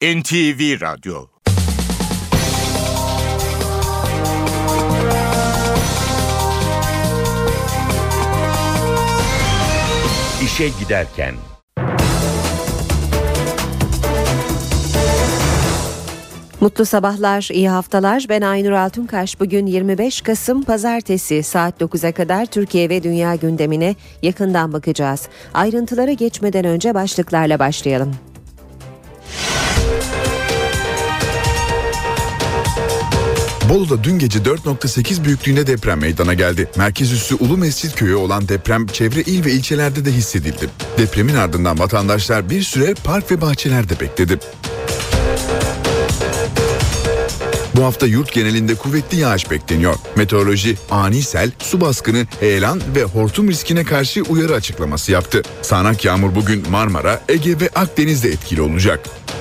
NTV Radyo. İşe giderken. Mutlu sabahlar, iyi haftalar. Ben Aynur Altunkaş. Bugün 25 Kasım Pazartesi saat 9'a kadar Türkiye ve dünya gündemine yakından bakacağız. Ayrıntılara geçmeden önce başlıklarla başlayalım. Bolu'da dün gece 4.8 büyüklüğünde deprem meydana geldi. Merkez üssü Ulu Mescit köyü olan deprem çevre il ve ilçelerde de hissedildi. Depremin ardından vatandaşlar bir süre park ve bahçelerde bekledi. Bu hafta yurt genelinde kuvvetli yağış bekleniyor. Meteoroloji ani sel, su baskını, heyelan ve hortum riskine karşı uyarı açıklaması yaptı. Sağanak yağmur bugün Marmara, Ege ve Akdeniz'de etkili olacak.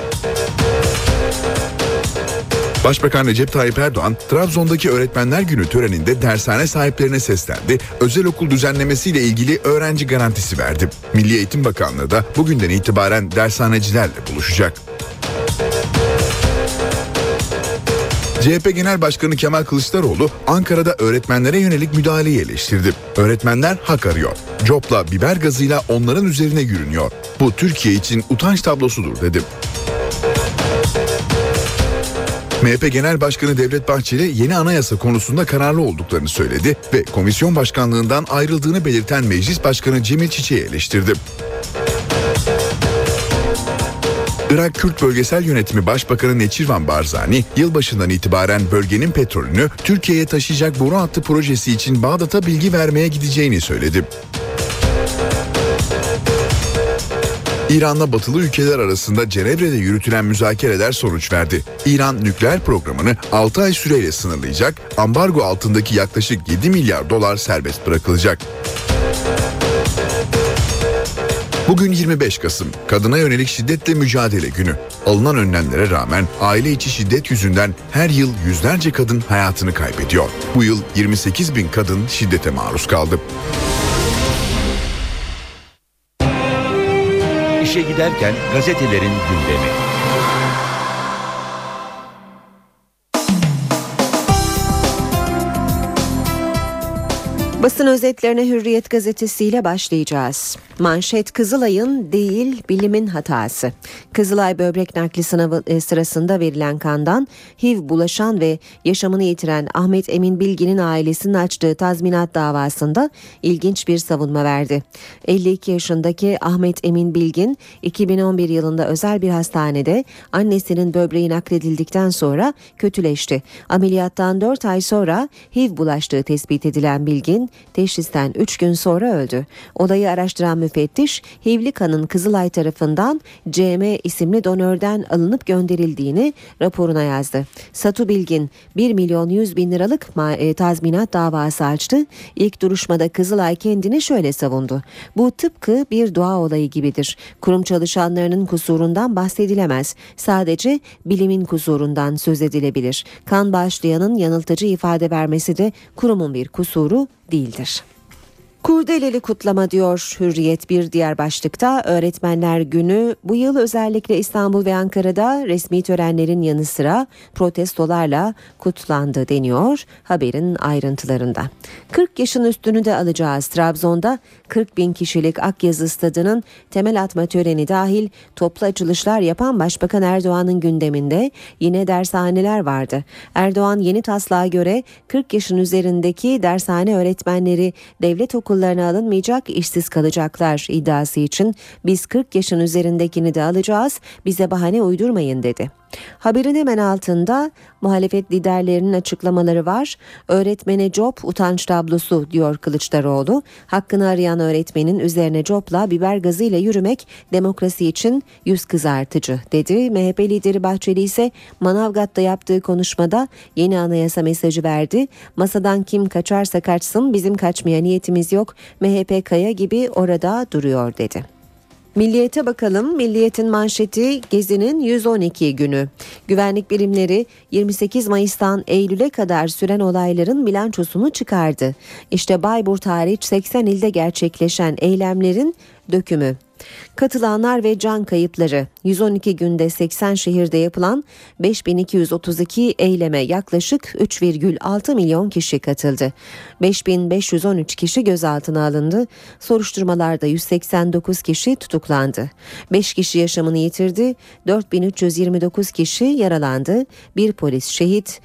Başbakan Recep Tayyip Erdoğan, Trabzon'daki Öğretmenler Günü töreninde dershane sahiplerine seslendi, özel okul düzenlemesiyle ilgili öğrenci garantisi verdi. Milli Eğitim Bakanlığı da bugünden itibaren dershanecilerle buluşacak. CHP Genel Başkanı Kemal Kılıçdaroğlu, Ankara'da öğretmenlere yönelik müdahaleyi eleştirdi. Öğretmenler hak arıyor. Copla, biber gazıyla onların üzerine yürünüyor. Bu Türkiye için utanç tablosudur dedi. MHP Genel Başkanı Devlet Bahçeli yeni anayasa konusunda kararlı olduklarını söyledi ve komisyon başkanlığından ayrıldığını belirten Meclis Başkanı Cemil Çiçek'i eleştirdi. Irak Kürt Bölgesel Yönetimi Başbakanı Neçirvan Barzani, yılbaşından itibaren bölgenin petrolünü Türkiye'ye taşıyacak boru hattı projesi için Bağdat'a bilgi vermeye gideceğini söyledi. İran'la batılı ülkeler arasında Cenevre'de yürütülen müzakereler sonuç verdi. İran nükleer programını 6 ay süreyle sınırlayacak, ambargo altındaki yaklaşık 7 milyar dolar serbest bırakılacak. Bugün 25 Kasım, Kadına Yönelik Şiddetle Mücadele Günü. Alınan önlemlere rağmen aile içi şiddet yüzünden her yıl yüzlerce kadın hayatını kaybediyor. Bu yıl 28 bin kadın şiddete maruz kaldı. İşe giderken gazetelerin gündemi. Basın özetlerine Hürriyet gazetesiyle başlayacağız. Manşet Kızılay'ın değil bilimin hatası. Kızılay böbrek nakli sınavı sırasında verilen kandan HIV bulaşan ve yaşamını yitiren Ahmet Emin Bilgin'in ailesinin açtığı tazminat davasında ilginç bir savunma verdi. 52 yaşındaki Ahmet Emin Bilgin 2011 yılında özel bir hastanede annesinin böbreği nakledildikten sonra kötüleşti. Ameliyattan 4 ay sonra HIV bulaştığı tespit edilen Bilgin teşhisten 3 gün sonra öldü. Olayı araştıran müfettiş, HIV'li kanın Kızılay tarafından CM isimli donörden alınıp gönderildiğini raporuna yazdı. Satu Bilgin 1 milyon 100 bin liralık tazminat davası açtı. İlk duruşmada Kızılay kendini şöyle savundu. Bu tıpkı bir doğa olayı gibidir. Kurum çalışanlarının kusurundan bahsedilemez. Sadece bilimin kusurundan söz edilebilir. Kan bağışlayanın yanıltıcı ifade vermesi de kurumun bir kusuru değildir. Kurdeleli kutlama diyor Hürriyet bir diğer başlıkta. Öğretmenler Günü bu yıl özellikle İstanbul ve Ankara'da resmi törenlerin yanı sıra protestolarla kutlandı deniyor haberin ayrıntılarında. 40 yaşın üstünü de alacağız. Trabzon'da 40 bin kişilik Akyazı Stadı'nın temel atma töreni dahil toplu açılışlar yapan Başbakan Erdoğan'ın gündeminde yine dershaneler vardı. Erdoğan yeni taslağa göre 40 yaşın üzerindeki dershane öğretmenleri devlet okullarına alınmayacak, işsiz kalacaklar iddiası için biz 40 yaşın üzerindekini de alacağız, bize bahane uydurmayın dedi. Haberin hemen altında muhalefet liderlerinin açıklamaları var. Öğretmene cop utanç tablosu diyor Kılıçdaroğlu. Hakkını arayan öğretmenin üzerine copla biber gazıyla yürümek demokrasi için yüz kızartıcı dedi. MHP lideri Bahçeli ise Manavgat'ta yaptığı konuşmada yeni anayasa mesajı verdi. Masadan kim kaçarsa kaçsın, bizim kaçmaya niyetimiz yok. MHP kaya gibi orada duruyor dedi. Milliyet'e bakalım. Milliyet'in manşeti Gezi'nin 112 günü. Güvenlik birimleri 28 Mayıs'tan Eylül'e kadar süren olayların bilançosunu çıkardı. İşte Bayburt hariç 80 ilde gerçekleşen eylemlerin dökümü. Katılanlar ve can kayıpları: 112 günde 80 şehirde yapılan 5232 eyleme yaklaşık 3,6 milyon kişi katıldı. 5513 kişi gözaltına alındı. Soruşturmalarda 189 kişi tutuklandı. 5 kişi yaşamını yitirdi. 4329 kişi yaralandı. Bir polis şehit,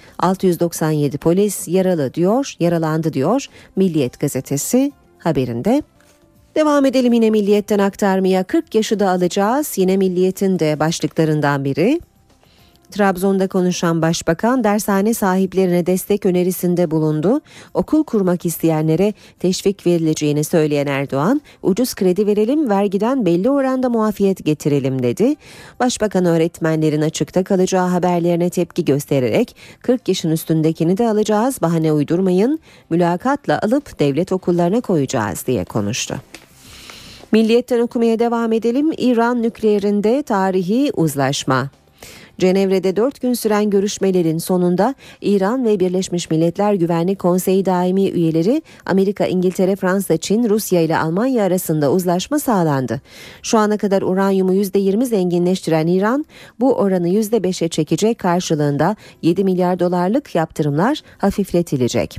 697 polis yaralandı diyor Milliyet gazetesi haberinde. Devam edelim yine Milliyet'ten aktarmaya. 40 yaşı da alacağız. Yine Milliyet'in de başlıklarından biri. Trabzon'da konuşan Başbakan dershane sahiplerine destek önerisinde bulundu. Okul kurmak isteyenlere teşvik verileceğini söyleyen Erdoğan, ucuz kredi verelim, vergiden belli oranda muafiyet getirelim dedi. Başbakan öğretmenlerin açıkta kalacağı haberlerine tepki göstererek 40 yaşın üstündekini de alacağız, bahane uydurmayın, mülakatla alıp devlet okullarına koyacağız diye konuştu. Milliyet'ten okumaya devam edelim. İran nükleerinde tarihi uzlaşma. Cenevre'de 4 gün süren görüşmelerin sonunda İran ve Birleşmiş Milletler Güvenlik Konseyi daimi üyeleri Amerika, İngiltere, Fransa, Çin, Rusya ile Almanya arasında uzlaşma sağlandı. Şu ana kadar uranyumu %20 zenginleştiren İran bu oranı %5'e çekecek, karşılığında 7 milyar dolarlık yaptırımlar hafifletilecek.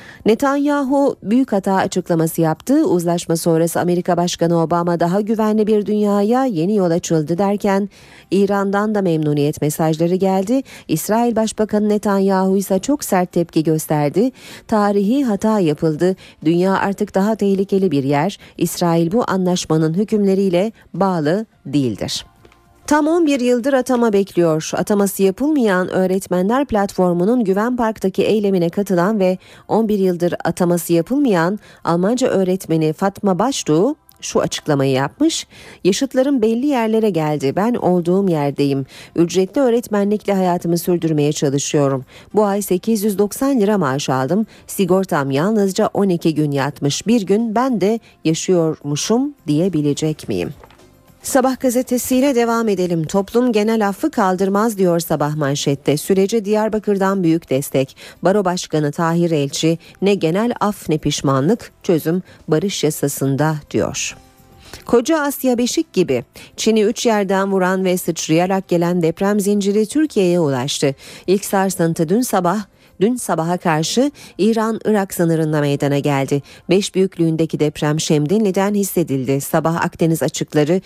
Netanyahu büyük hata açıklaması yaptı. Uzlaşma sonrası Amerika Başkanı Obama daha güvenli bir dünyaya yeni yol açıldı derken İran'dan da memnuniyet mesajları geldi. İsrail Başbakanı Netanyahu ise çok sert tepki gösterdi. Tarihi hata yapıldı. Dünya artık daha tehlikeli bir yer. İsrail bu anlaşmanın hükümleriyle bağlı değildir. Tam 11 yıldır atama bekliyor. Ataması yapılmayan öğretmenler platformunun Güven Park'taki eylemine katılan ve 11 yıldır ataması yapılmayan Almanca öğretmeni Fatma Baştuğ şu açıklamayı yapmış. Yaşıtlarım belli yerlere geldi. Ben olduğum yerdeyim. Ücretli öğretmenlikle hayatımı sürdürmeye çalışıyorum. Bu ay 890 lira maaş aldım. Sigortam yalnızca 12 gün yatmış. Bir gün ben de yaşıyormuşum diyebilecek miyim? Sabah gazetesiyle devam edelim. Toplum genel affı kaldırmaz diyor Sabah manşette. Sürece Diyarbakır'dan büyük destek. Baro Başkanı Tahir Elçi, ne genel af ne pişmanlık, çözüm barış yasasında diyor. Koca Asya beşik gibi Çin'i 3 yerden vuran ve sıçrayarak gelen deprem zinciri Türkiye'ye ulaştı. İlk sarsıntı dün sabaha karşı İran-Irak sınırında meydana geldi. 5 büyüklüğündeki deprem Şemdinli'den hissedildi. Sabah Akdeniz açıkları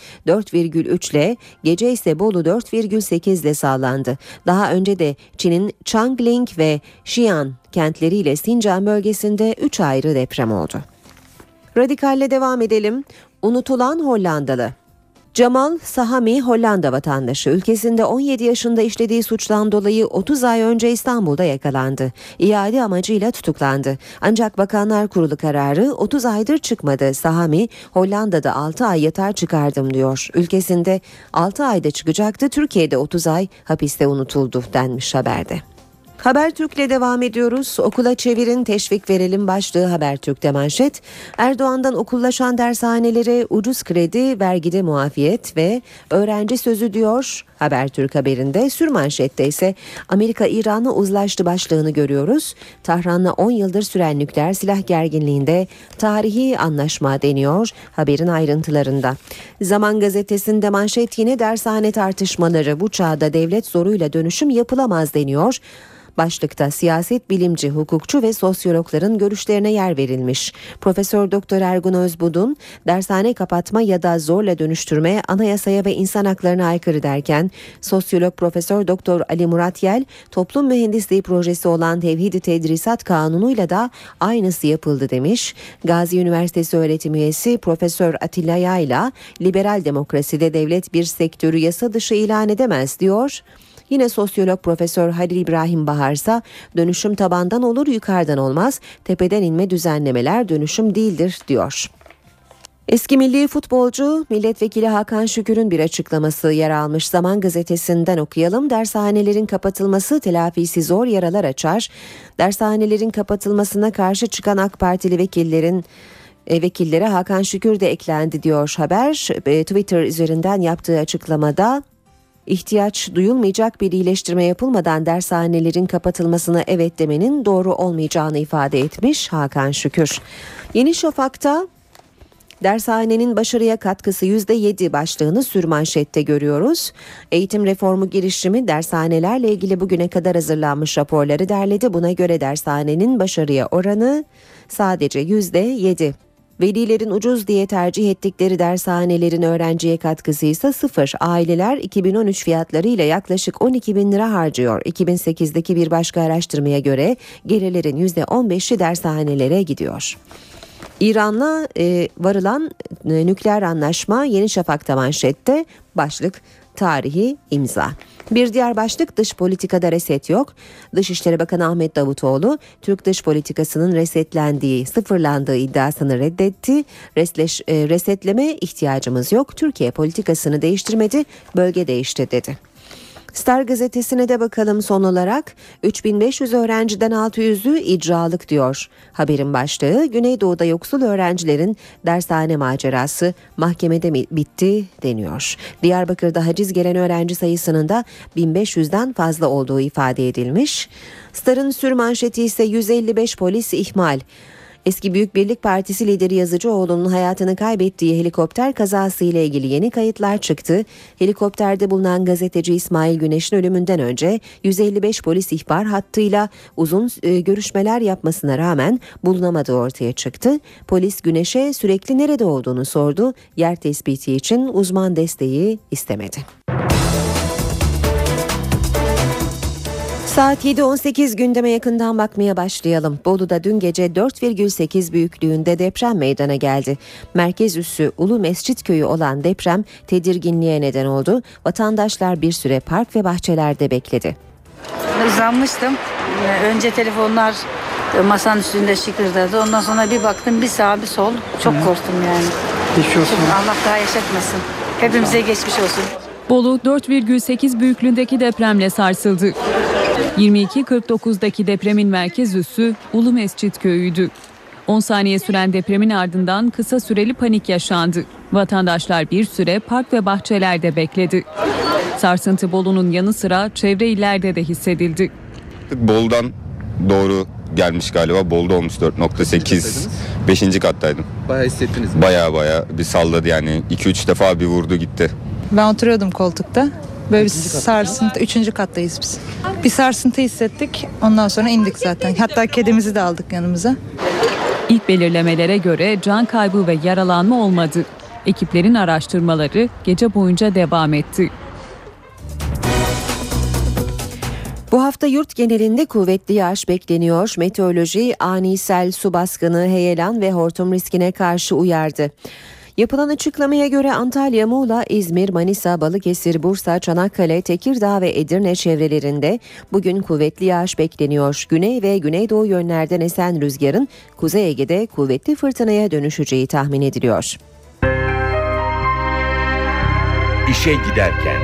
4,3 ile, gece ise Bolu 4,8 ile sağlandı. Daha önce de Çin'in Changling ve Xi'an kentleriyle Sincan bölgesinde 3 ayrı deprem oldu. Radikalle devam edelim. Unutulan Hollandalı. Cemal Sahami Hollanda vatandaşı. Ülkesinde 17 yaşında işlediği suçtan dolayı 30 ay önce İstanbul'da yakalandı. İade amacıyla tutuklandı. Ancak Bakanlar Kurulu kararı 30 aydır çıkmadı. Sahami, Hollanda'da 6 ay yatar çıkardım diyor. Ülkesinde 6 ayda çıkacaktı, Türkiye'de 30 ay hapiste unutuldu denmiş haberde. Habertürk'le devam ediyoruz. Okula çevirin, teşvik verelim başlığı Habertürk'te manşet. Erdoğan'dan okullaşan dershanelere ucuz kredi, vergide muafiyet ve öğrenci sözü diyor Habertürk haberinde. Sürmanşette ise Amerika İran'la uzlaştı başlığını görüyoruz. Tahran'la 10 yıldır süren nükleer silah gerginliğinde tarihi anlaşma deniyor haberin ayrıntılarında. Zaman gazetesinde manşet yine dershane tartışmaları, bu çağda devlet zoruyla dönüşüm yapılamaz deniyor. Başlıkta siyaset bilimci, hukukçu ve sosyologların görüşlerine yer verilmiş. Profesör Doktor Ergun Özbudun, dershane kapatma ya da zorla dönüştürme anayasaya ve insan haklarına aykırı derken, sosyolog Profesör Doktor Ali Murat Yel, toplum mühendisliği projesi olan Tevhid-i Tedrisat Kanunu'yla da aynısı yapıldı demiş. Gazi Üniversitesi öğretim üyesi Profesör Atilla Yayla, liberal demokraside devlet bir sektörü yasa dışı ilan edemez diyor. Yine sosyolog Profesör Halil İbrahim Baharsa, dönüşüm tabandan olur, yukarıdan olmaz. Tepeden inme düzenlemeler dönüşüm değildir diyor. Eski milli futbolcu milletvekili Hakan Şükür'ün bir açıklaması yer almış. Zaman gazetesinden okuyalım. Dershanelerin kapatılması telafisi zor yaralar açar. Dershanelerin kapatılmasına karşı çıkan AK Partili vekillere Hakan Şükür de eklendi diyor haber. Twitter üzerinden yaptığı açıklamada, İhtiyaç duyulmayacak bir iyileştirme yapılmadan dershanelerin kapatılmasına evet demenin doğru olmayacağını ifade etmiş Hakan Şükür. Yeni Şafak'ta Dershanenin başarıya katkısı %7 başlığını sürmanşette görüyoruz. Eğitim reformu girişimi dershanelerle ilgili bugüne kadar hazırlanmış raporları derledi. Buna göre dershanenin başarıya oranı sadece %7. Velilerin ucuz diye tercih ettikleri dershanelerin öğrenciye katkısı ise 0. Aileler 2013 fiyatlarıyla yaklaşık 12 bin lira harcıyor. 2008'deki bir başka araştırmaya göre gelirlerin %15'i dershanelere gidiyor. İran'la varılan nükleer anlaşma Yeni Şafak'ta manşette, başlık tarihi imza. Bir diğer başlık dış politikada reset yok. Dışişleri Bakanı Ahmet Davutoğlu Türk dış politikasının resetlendiği, sıfırlandığı iddiasını reddetti. Resetleme ihtiyacımız yok. Türkiye politikasını değiştirmedi, bölge değişti dedi. Star gazetesine de bakalım son olarak. 3500 öğrenciden 600'ü icralık diyor. Haberin başlığı Güneydoğu'da yoksul öğrencilerin dershane macerası mahkemede bitti deniyor. Diyarbakır'da haciz gelen öğrenci sayısının da 1500'den fazla olduğu ifade edilmiş. Star'ın sürmanşeti ise 155 polis ihmal. Eski Büyük Birlik Partisi lideri Yazıcıoğlu'nun hayatını kaybettiği helikopter kazası ile ilgili yeni kayıtlar çıktı. Helikopterde bulunan gazeteci İsmail Güneş'in ölümünden önce 155 polis ihbar hattıyla uzun görüşmeler yapmasına rağmen bulunamadığı ortaya çıktı. Polis Güneş'e sürekli nerede olduğunu sordu. Yer tespiti için uzman desteği istemedi. Saat 7.18 gündeme yakından bakmaya başlayalım. Bolu'da dün gece 4,8 büyüklüğünde deprem meydana geldi. Merkez üssü Ulu Mescit köyü olan deprem tedirginliğe neden oldu. Vatandaşlar bir süre park ve bahçelerde bekledi. Uzanmıştım. Önce telefonlar masanın üstünde şıkırdadı. Ondan sonra bir baktım bir sağ bir sol. Çok korktum yani. Geçmiş olsun. Allah daha yaşatmasın. Hepimize geçmiş olsun. Bolu 4,8 büyüklüğündeki depremle sarsıldı. 22.49'daki depremin merkez üssü Ulu Mescit köyüydü. 10 saniye süren depremin ardından kısa süreli panik yaşandı. Vatandaşlar bir süre park ve bahçelerde bekledi. Sarsıntı Bolu'nun yanı sıra çevre illerde de hissedildi. Bolu'dan doğru gelmiş galiba. Bolu'da olmuş 4.8. 5. kattaydım. Bayağı hissettiniz mi? Baya bir salladı yani. 2-3 defa bir vurdu gitti. Ben oturuyordum koltukta. Böyle bir sarsıntı, 3. kattayız biz. Bir sarsıntı hissettik. Ondan sonra indik zaten. Hatta kedimizi de aldık yanımıza. İlk belirlemelere göre can kaybı ve yaralanma olmadı. Ekiplerin araştırmaları gece boyunca devam etti. Bu hafta yurt genelinde kuvvetli yağış bekleniyor. Meteoroloji ani sel, su baskını, heyelan ve hortum riskine karşı uyardı. Yapılan açıklamaya göre Antalya, Muğla, İzmir, Manisa, Balıkesir, Bursa, Çanakkale, Tekirdağ ve Edirne çevrelerinde bugün kuvvetli yağış bekleniyor. Güney ve güneydoğu yönlerden esen rüzgarın Kuzey Ege'de kuvvetli fırtınaya dönüşeceği tahmin ediliyor. İşe giderken.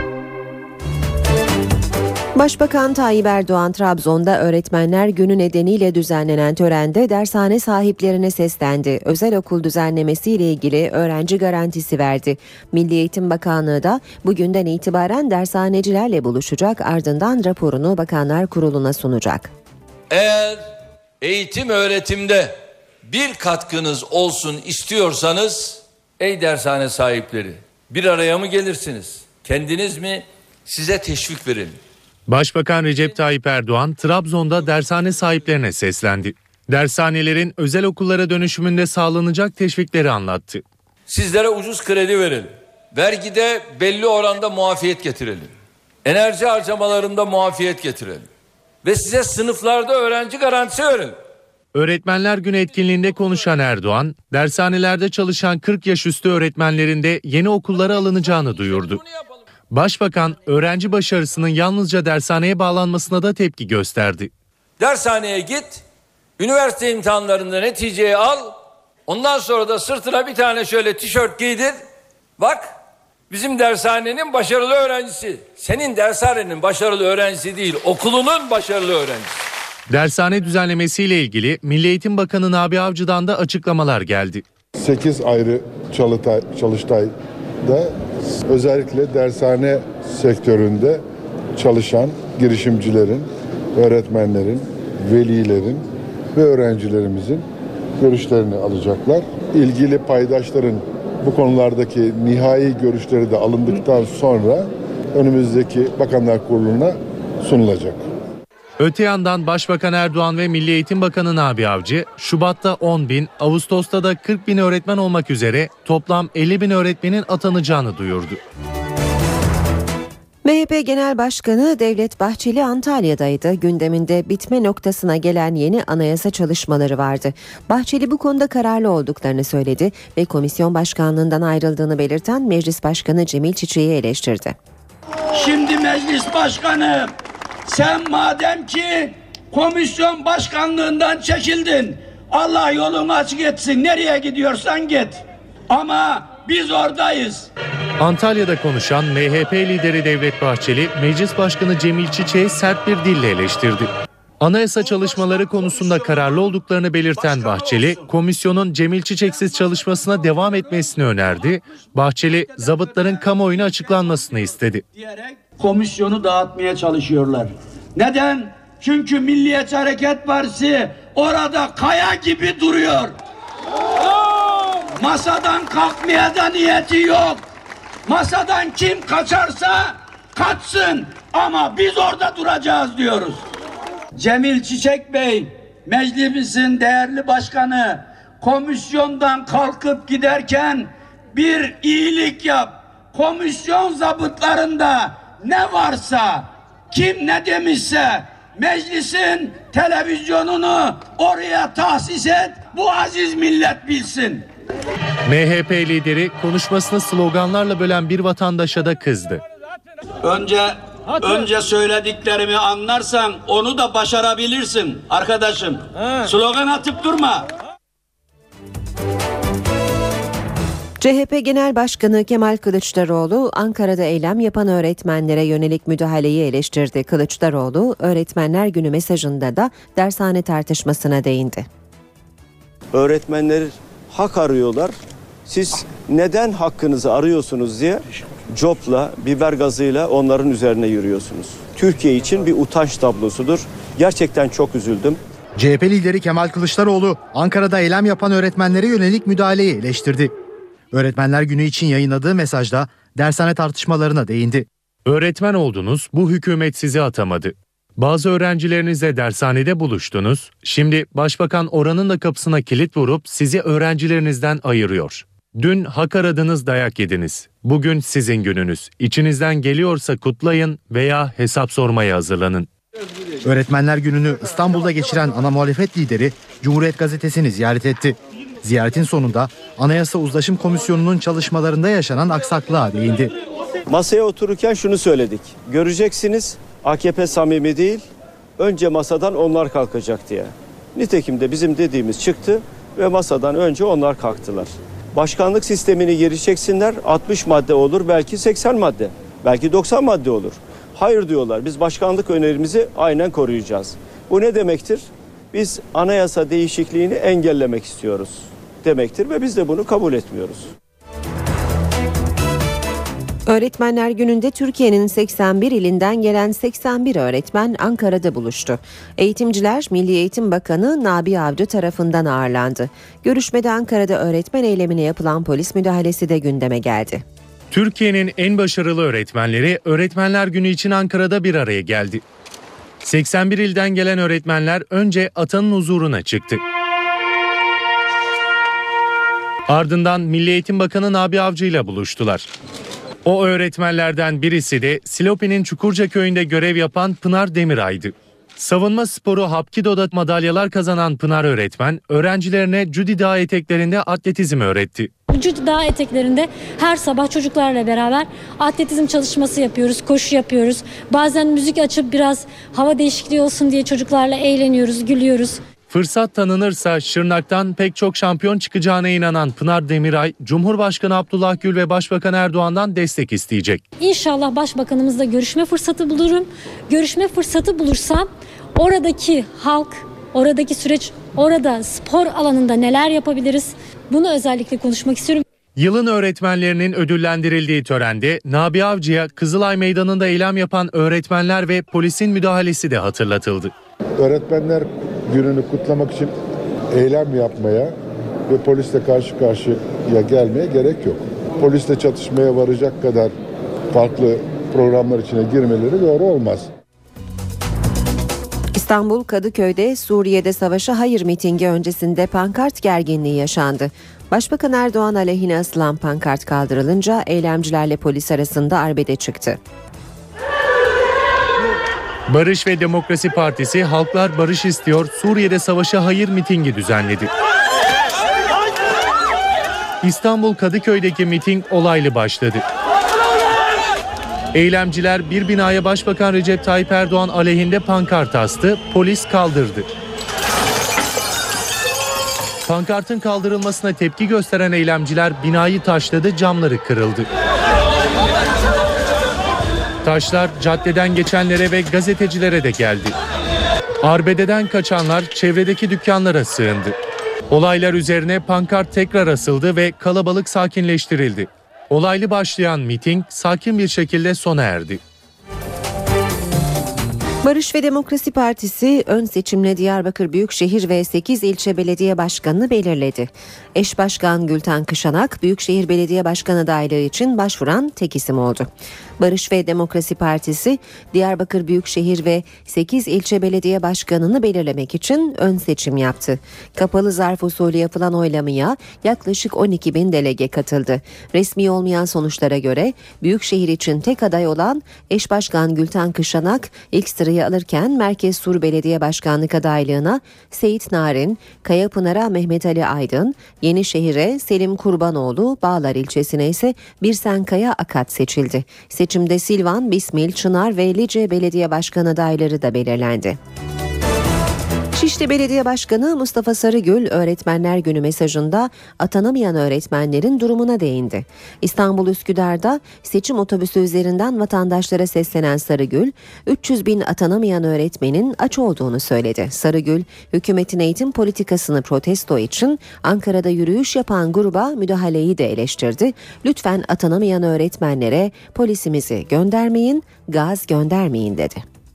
Başbakan Tayyip Erdoğan Trabzon'da Öğretmenler Günü nedeniyle düzenlenen törende dershane sahiplerine seslendi. Özel okul düzenlemesiyle ilgili öğrenci garantisi verdi. Milli Eğitim Bakanlığı da bugünden itibaren dershanecilerle buluşacak, ardından raporunu Bakanlar Kurulu'na sunacak. Eğer eğitim öğretimde bir katkınız olsun istiyorsanız, ey dershane sahipleri, bir araya mı gelirsiniz? Kendiniz mi? Size teşvik verelim. Başbakan Recep Tayyip Erdoğan Trabzon'da dershane sahiplerine seslendi. Dershanelerin özel okullara dönüşümünde sağlanacak teşvikleri anlattı. Sizlere ucuz kredi verelim. Vergide belli oranda muafiyet getirelim. Enerji harcamalarında muafiyet getirelim. Ve size sınıflarda öğrenci garantisi verelim. Öğretmenler Günü etkinliğinde konuşan Erdoğan, dershanelerde çalışan 40 yaş üstü öğretmenlerin de yeni okullara alınacağını duyurdu. Başbakan, öğrenci başarısının yalnızca dershaneye bağlanmasına da tepki gösterdi. Dershaneye git, üniversite imtihanlarında neticeyi al, ondan sonra da sırtına bir tane şöyle tişört giydir. Bak, bizim dershanenin başarılı öğrencisi. Senin dershanenin başarılı öğrencisi değil, okulunun başarılı öğrencisi. Dershane düzenlemesiyle ilgili Milli Eğitim Bakanı Nabi Avcı'dan da açıklamalar geldi. 8 ayrı çalıştayda özellikle dershane sektöründe çalışan girişimcilerin, öğretmenlerin, velilerin ve öğrencilerimizin görüşlerini alacaklar. İlgili paydaşların bu konulardaki nihai görüşleri de alındıktan sonra önümüzdeki Bakanlar Kurulu'na sunulacak. Öte yandan Başbakan Erdoğan ve Milli Eğitim Bakanı Nabi Avcı, Şubat'ta 10.000, Ağustos'ta da 40.000 öğretmen olmak üzere toplam 50.000 öğretmenin atanacağını duyurdu. MHP Genel Başkanı Devlet Bahçeli Antalya'daydı. Gündeminde bitme noktasına gelen yeni anayasa çalışmaları vardı. Bahçeli bu konuda kararlı olduklarını söyledi ve komisyon başkanlığından ayrıldığını belirten Meclis Başkanı Cemil Çiçek'i eleştirdi. Şimdi Meclis Başkanı, sen madem ki komisyon başkanlığından çekildin, Allah yolunu açık etsin, nereye gidiyorsan git. Ama biz oradayız. Antalya'da konuşan MHP lideri Devlet Bahçeli, Meclis Başkanı Cemil Çiçek'i sert bir dille eleştirdi. Anayasa çalışmaları konusunda kararlı olduklarını belirten Bahçeli, komisyonun Cemil Çiçek'siz çalışmasına devam etmesini önerdi. Bahçeli, zabıtların kamuoyuna açıklanmasını istedi. Komisyonu dağıtmaya çalışıyorlar. Neden? Çünkü Milliyetçi Hareket Partisi orada kaya gibi duruyor. Masadan kalkmaya da niyeti yok. Masadan kim kaçarsa kaçsın ama biz orada duracağız diyoruz. Cemil Çiçek Bey, meclisimizin değerli başkanı, komisyondan kalkıp giderken bir iyilik yap. Komisyon zabıtlarında ne varsa, kim ne demişse meclisin televizyonunu oraya tahsis et, bu aziz millet bilsin. MHP lideri konuşmasını sloganlarla bölen bir vatandaşa da kızdı. Önce söylediklerimi anlarsan onu da başarabilirsin arkadaşım. Slogan atıp durma. CHP Genel Başkanı Kemal Kılıçdaroğlu, Ankara'da eylem yapan öğretmenlere yönelik müdahaleyi eleştirdi. Kılıçdaroğlu, Öğretmenler Günü mesajında da dershane tartışmasına değindi. Öğretmenler hak arıyorlar. Siz neden hakkınızı arıyorsunuz diye copla, biber gazıyla onların üzerine yürüyorsunuz. Türkiye için bir utanç tablosudur. Gerçekten çok üzüldüm. CHP lideri Kemal Kılıçdaroğlu, Ankara'da eylem yapan öğretmenlere yönelik müdahaleyi eleştirdi. Öğretmenler Günü için yayınladığı mesajda dershane tartışmalarına değindi. Öğretmen oldunuz, bu hükümet sizi atamadı. Bazı öğrencilerinizle dershanede buluştunuz. Şimdi başbakan oranın da kapısına kilit vurup sizi öğrencilerinizden ayırıyor. Dün hak aradınız, dayak yediniz. Bugün sizin gününüz. İçinizden geliyorsa kutlayın veya hesap sormaya hazırlanın. Öğretmenler Günü'nü İstanbul'da geçiren ana muhalefet lideri Cumhuriyet Gazetesi'ni ziyaret etti. Ziyaretin sonunda Anayasa Uzlaşım Komisyonu'nun çalışmalarında yaşanan aksaklığa değindi. Masaya otururken şunu söyledik. Göreceksiniz, AKP samimi değil, önce masadan onlar kalkacak diye. Nitekim de bizim dediğimiz çıktı ve masadan önce onlar kalktılar. Başkanlık sistemini geri çeksinler, 60 madde olur, belki 80 madde, belki 90 madde olur. Hayır diyorlar, biz başkanlık önerimizi aynen koruyacağız. Bu ne demektir? Biz anayasa değişikliğini engellemek istiyoruz demektir ve biz de bunu kabul etmiyoruz. Öğretmenler Günü'nde Türkiye'nin 81 ilinden gelen 81 öğretmen Ankara'da buluştu. Eğitimciler Milli Eğitim Bakanı Nabi Avcı tarafından ağırlandı. Görüşmede Ankara'da öğretmen eylemine yapılan polis müdahalesi de gündeme geldi. Türkiye'nin en başarılı öğretmenleri Öğretmenler Günü için Ankara'da bir araya geldi. 81 ilden gelen öğretmenler önce atanın huzuruna çıktı. Ardından Milli Eğitim Bakanı Nabi Avcı ile buluştular. O öğretmenlerden birisi de Silopi'nin Çukurca köyünde görev yapan Pınar Demiray'dı. Savunma sporu Hapkido'da madalyalar kazanan Pınar öğretmen, öğrencilerine Judy Dağı eteklerinde atletizm öğretti. Judy Dağı eteklerinde her sabah çocuklarla beraber atletizm çalışması yapıyoruz, koşu yapıyoruz. Bazen müzik açıp biraz hava değişikliği olsun diye çocuklarla eğleniyoruz, gülüyoruz. Fırsat tanınırsa Şırnak'tan pek çok şampiyon çıkacağına inanan Pınar Demiray, Cumhurbaşkanı Abdullah Gül ve Başbakan Erdoğan'dan destek isteyecek. İnşallah Başbakanımızla görüşme fırsatı bulurum. Görüşme fırsatı bulursam oradaki halk, oradaki süreç, orada spor alanında neler yapabiliriz? Bunu özellikle konuşmak istiyorum. Yılın öğretmenlerinin ödüllendirildiği törende Nabi Avcı'ya Kızılay Meydanı'nda eylem yapan öğretmenler ve polisin müdahalesi de hatırlatıldı. Öğretmenler Günü'nü kutlamak için eylem yapmaya ve polisle karşı karşıya gelmeye gerek yok. Polisle çatışmaya varacak kadar farklı programlar içine girmeleri doğru olmaz. İstanbul Kadıköy'de Suriye'de savaşa hayır mitingi öncesinde pankart gerginliği yaşandı. Başbakan Erdoğan aleyhine asılan pankart kaldırılınca eylemcilerle polis arasında arbede çıktı. Barış ve Demokrasi Partisi Halklar Barış İstiyor Suriye'de Savaşa Hayır mitingi düzenledi. İstanbul Kadıköy'deki miting olaylı başladı. Eylemciler bir binaya Başbakan Recep Tayyip Erdoğan aleyhinde pankart astı, polis kaldırdı. Pankartın kaldırılmasına tepki gösteren eylemciler binayı taşladı, camları kırıldı. Taşlar caddeden geçenlere ve gazetecilere de geldi. Arbededen kaçanlar çevredeki dükkanlara sığındı. Olaylar üzerine pankart tekrar asıldı ve kalabalık sakinleştirildi. Olaylı başlayan miting sakin bir şekilde sona erdi. Barış ve Demokrasi Partisi ön seçimle Diyarbakır Büyükşehir ve 8 ilçe belediye başkanını belirledi. Eş başkan Gülten Kışanak, Büyükşehir Belediye Başkanı adaylığı için başvuran tek isim oldu. Barış ve Demokrasi Partisi, Diyarbakır Büyükşehir ve 8 ilçe belediye başkanını belirlemek için ön seçim yaptı. Kapalı zarf usulü yapılan oylamaya yaklaşık 12 bin delege katıldı. Resmi olmayan sonuçlara göre Büyükşehir için tek aday olan eş başkan Gülten Kışanak ilk sırayı alırken Merkez Sur Belediye Başkanlık adaylığına Seyit Narin, Kayapınar'a Mehmet Ali Aydın, Yenişehir'e Selim Kurbanoğlu, Bağlar ilçesine ise Birsen Kaya Akat seçildi. Seçimde Silvan, Bismil, Çınar ve Lice Belediye Başkanı adayları da belirlendi. Şişli Belediye Başkanı Mustafa Sarıgül, Öğretmenler Günü mesajında atanamayan öğretmenlerin durumuna değindi. İstanbul Üsküdar'da seçim otobüsü üzerinden vatandaşlara seslenen Sarıgül, 300 bin atanamayan öğretmenin aç olduğunu söyledi. Sarıgül, hükümetin eğitim politikasını protesto için Ankara'da yürüyüş yapan gruba müdahaleyi de eleştirdi. Lütfen atanamayan öğretmenlere polisimizi göndermeyin, gaz göndermeyin dedi.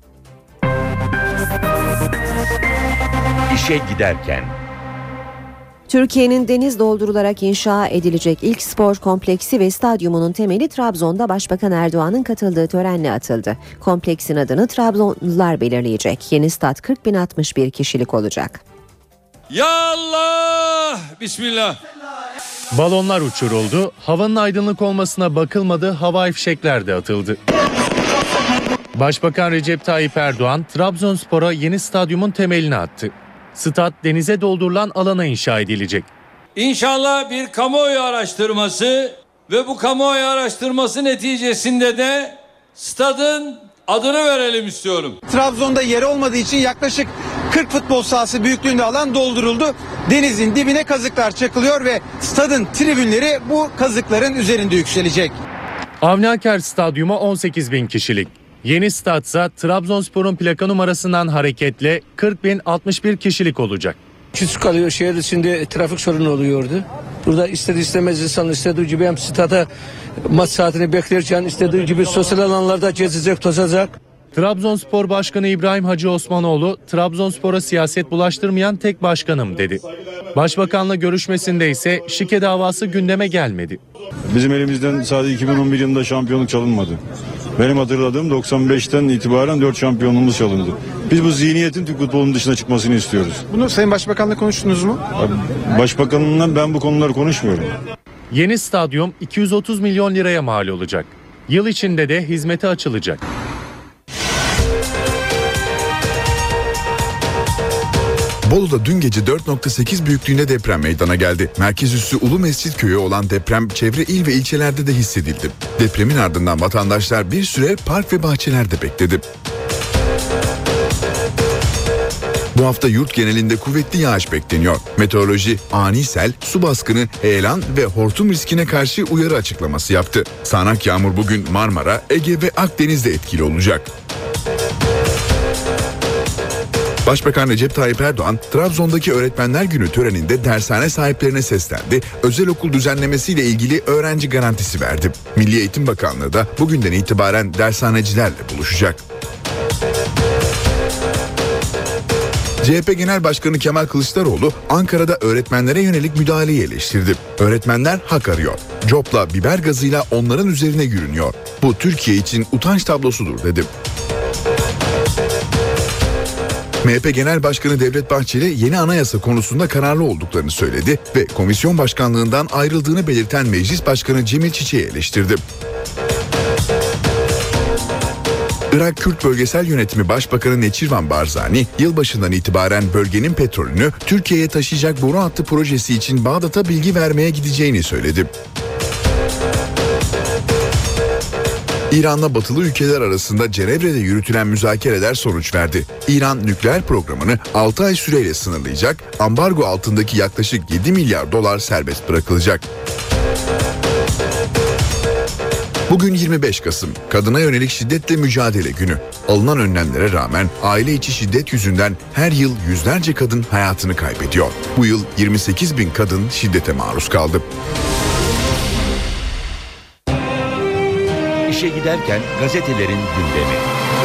İşe giderken. Türkiye'nin deniz doldurularak inşa edilecek ilk spor kompleksi ve stadyumunun temeli Trabzon'da Başbakan Erdoğan'ın katıldığı törenle atıldı. Kompleksin adını Trabzonlular belirleyecek. Yeni stat 40.061 kişilik olacak. Ya Allah! Bismillah. Balonlar uçuruldu, havanın aydınlık olmasına bakılmadı, havai fişekler de atıldı. Başbakan Recep Tayyip Erdoğan, Trabzonspor'a yeni stadyumun temelini attı. Stat denize doldurulan alana inşa edilecek. İnşallah bir kamuoyu araştırması ve bu kamuoyu araştırması neticesinde de stadın adını verelim istiyorum. Trabzon'da yeri olmadığı için yaklaşık 40 futbol sahası büyüklüğünde alan dolduruldu. Denizin dibine kazıklar çakılıyor ve stadın tribünleri bu kazıkların üzerinde yükselecek. Avni Aker Stadyumu 18 bin kişilik. Yeni statsa Trabzonspor'un plaka numarasından hareketle 40.061 kişilik olacak. Küçük kalıyor, şehir içinde trafik sorunu oluyordu. Burada istediği istemez insan istediği gibi hem stada maç saatini beklerken istediği gibi sosyal alanlarda gezecek, tozacak. Trabzonspor Başkanı İbrahim Hacı Osmanoğlu, Trabzonspor'a siyaset bulaştırmayan tek başkanım dedi. Başbakanla görüşmesinde ise şike davası gündeme gelmedi. Bizim elimizden sadece 2011 yılında şampiyonluk çalınmadı. Benim hatırladığım 95'ten itibaren 4 şampiyonluğumuz çalındı. Biz bu zihniyetin Türk futbolunun dışına çıkmasını istiyoruz. Bunu Sayın Başbakan'la konuştunuz mu? Başbakanımla ben bu konuları konuşmuyorum. Yeni stadyum 230 milyon liraya mal olacak. Yıl içinde de hizmete açılacak. Bolu'da dün gece 4.8 büyüklüğünde deprem meydana geldi. Merkez üssü Ulu Mescit köyü olan deprem çevre il ve ilçelerde de hissedildi. Depremin ardından vatandaşlar bir süre park ve bahçelerde bekledi. Bu hafta yurt genelinde kuvvetli yağış bekleniyor. Meteoroloji ani sel, su baskını, heyelan ve hortum riskine karşı uyarı açıklaması yaptı. Sağanak yağmur bugün Marmara, Ege ve Akdeniz'de etkili olacak. Başbakan Recep Tayyip Erdoğan, Trabzon'daki Öğretmenler Günü töreninde dershane sahiplerine seslendi, özel okul düzenlemesiyle ilgili öğrenci garantisi verdi. Milli Eğitim Bakanlığı da bugünden itibaren dershanecilerle buluşacak. CHP Genel Başkanı Kemal Kılıçdaroğlu Ankara'da öğretmenlere yönelik müdahaleyi eleştirdi. Öğretmenler hak arıyor. Copla, biber gazıyla onların üzerine yürünüyor. Bu Türkiye için utanç tablosudur dedi. MHP Genel Başkanı Devlet Bahçeli yeni anayasa konusunda kararlı olduklarını söyledi ve komisyon başkanlığından ayrıldığını belirten Meclis Başkanı Cemil Çiçek'i eleştirdi. Irak Kürt Bölgesel Yönetimi Başbakanı Neçirvan Barzani, yılbaşından itibaren bölgenin petrolünü Türkiye'ye taşıyacak boru hattı projesi için Bağdat'a bilgi vermeye gideceğini söyledi. İran'la batılı ülkeler arasında Cenevre'de yürütülen müzakereler sonuç verdi. İran nükleer programını 6 ay süreyle sınırlayacak, ambargo altındaki yaklaşık 7 milyar dolar serbest bırakılacak. Bugün 25 Kasım, Kadına Yönelik Şiddetle Mücadele Günü. Alınan önlemlere rağmen aile içi şiddet yüzünden her yıl yüzlerce kadın hayatını kaybediyor. Bu yıl 28 bin kadın şiddete maruz kaldı. İşe giderken gazetelerin gündemi.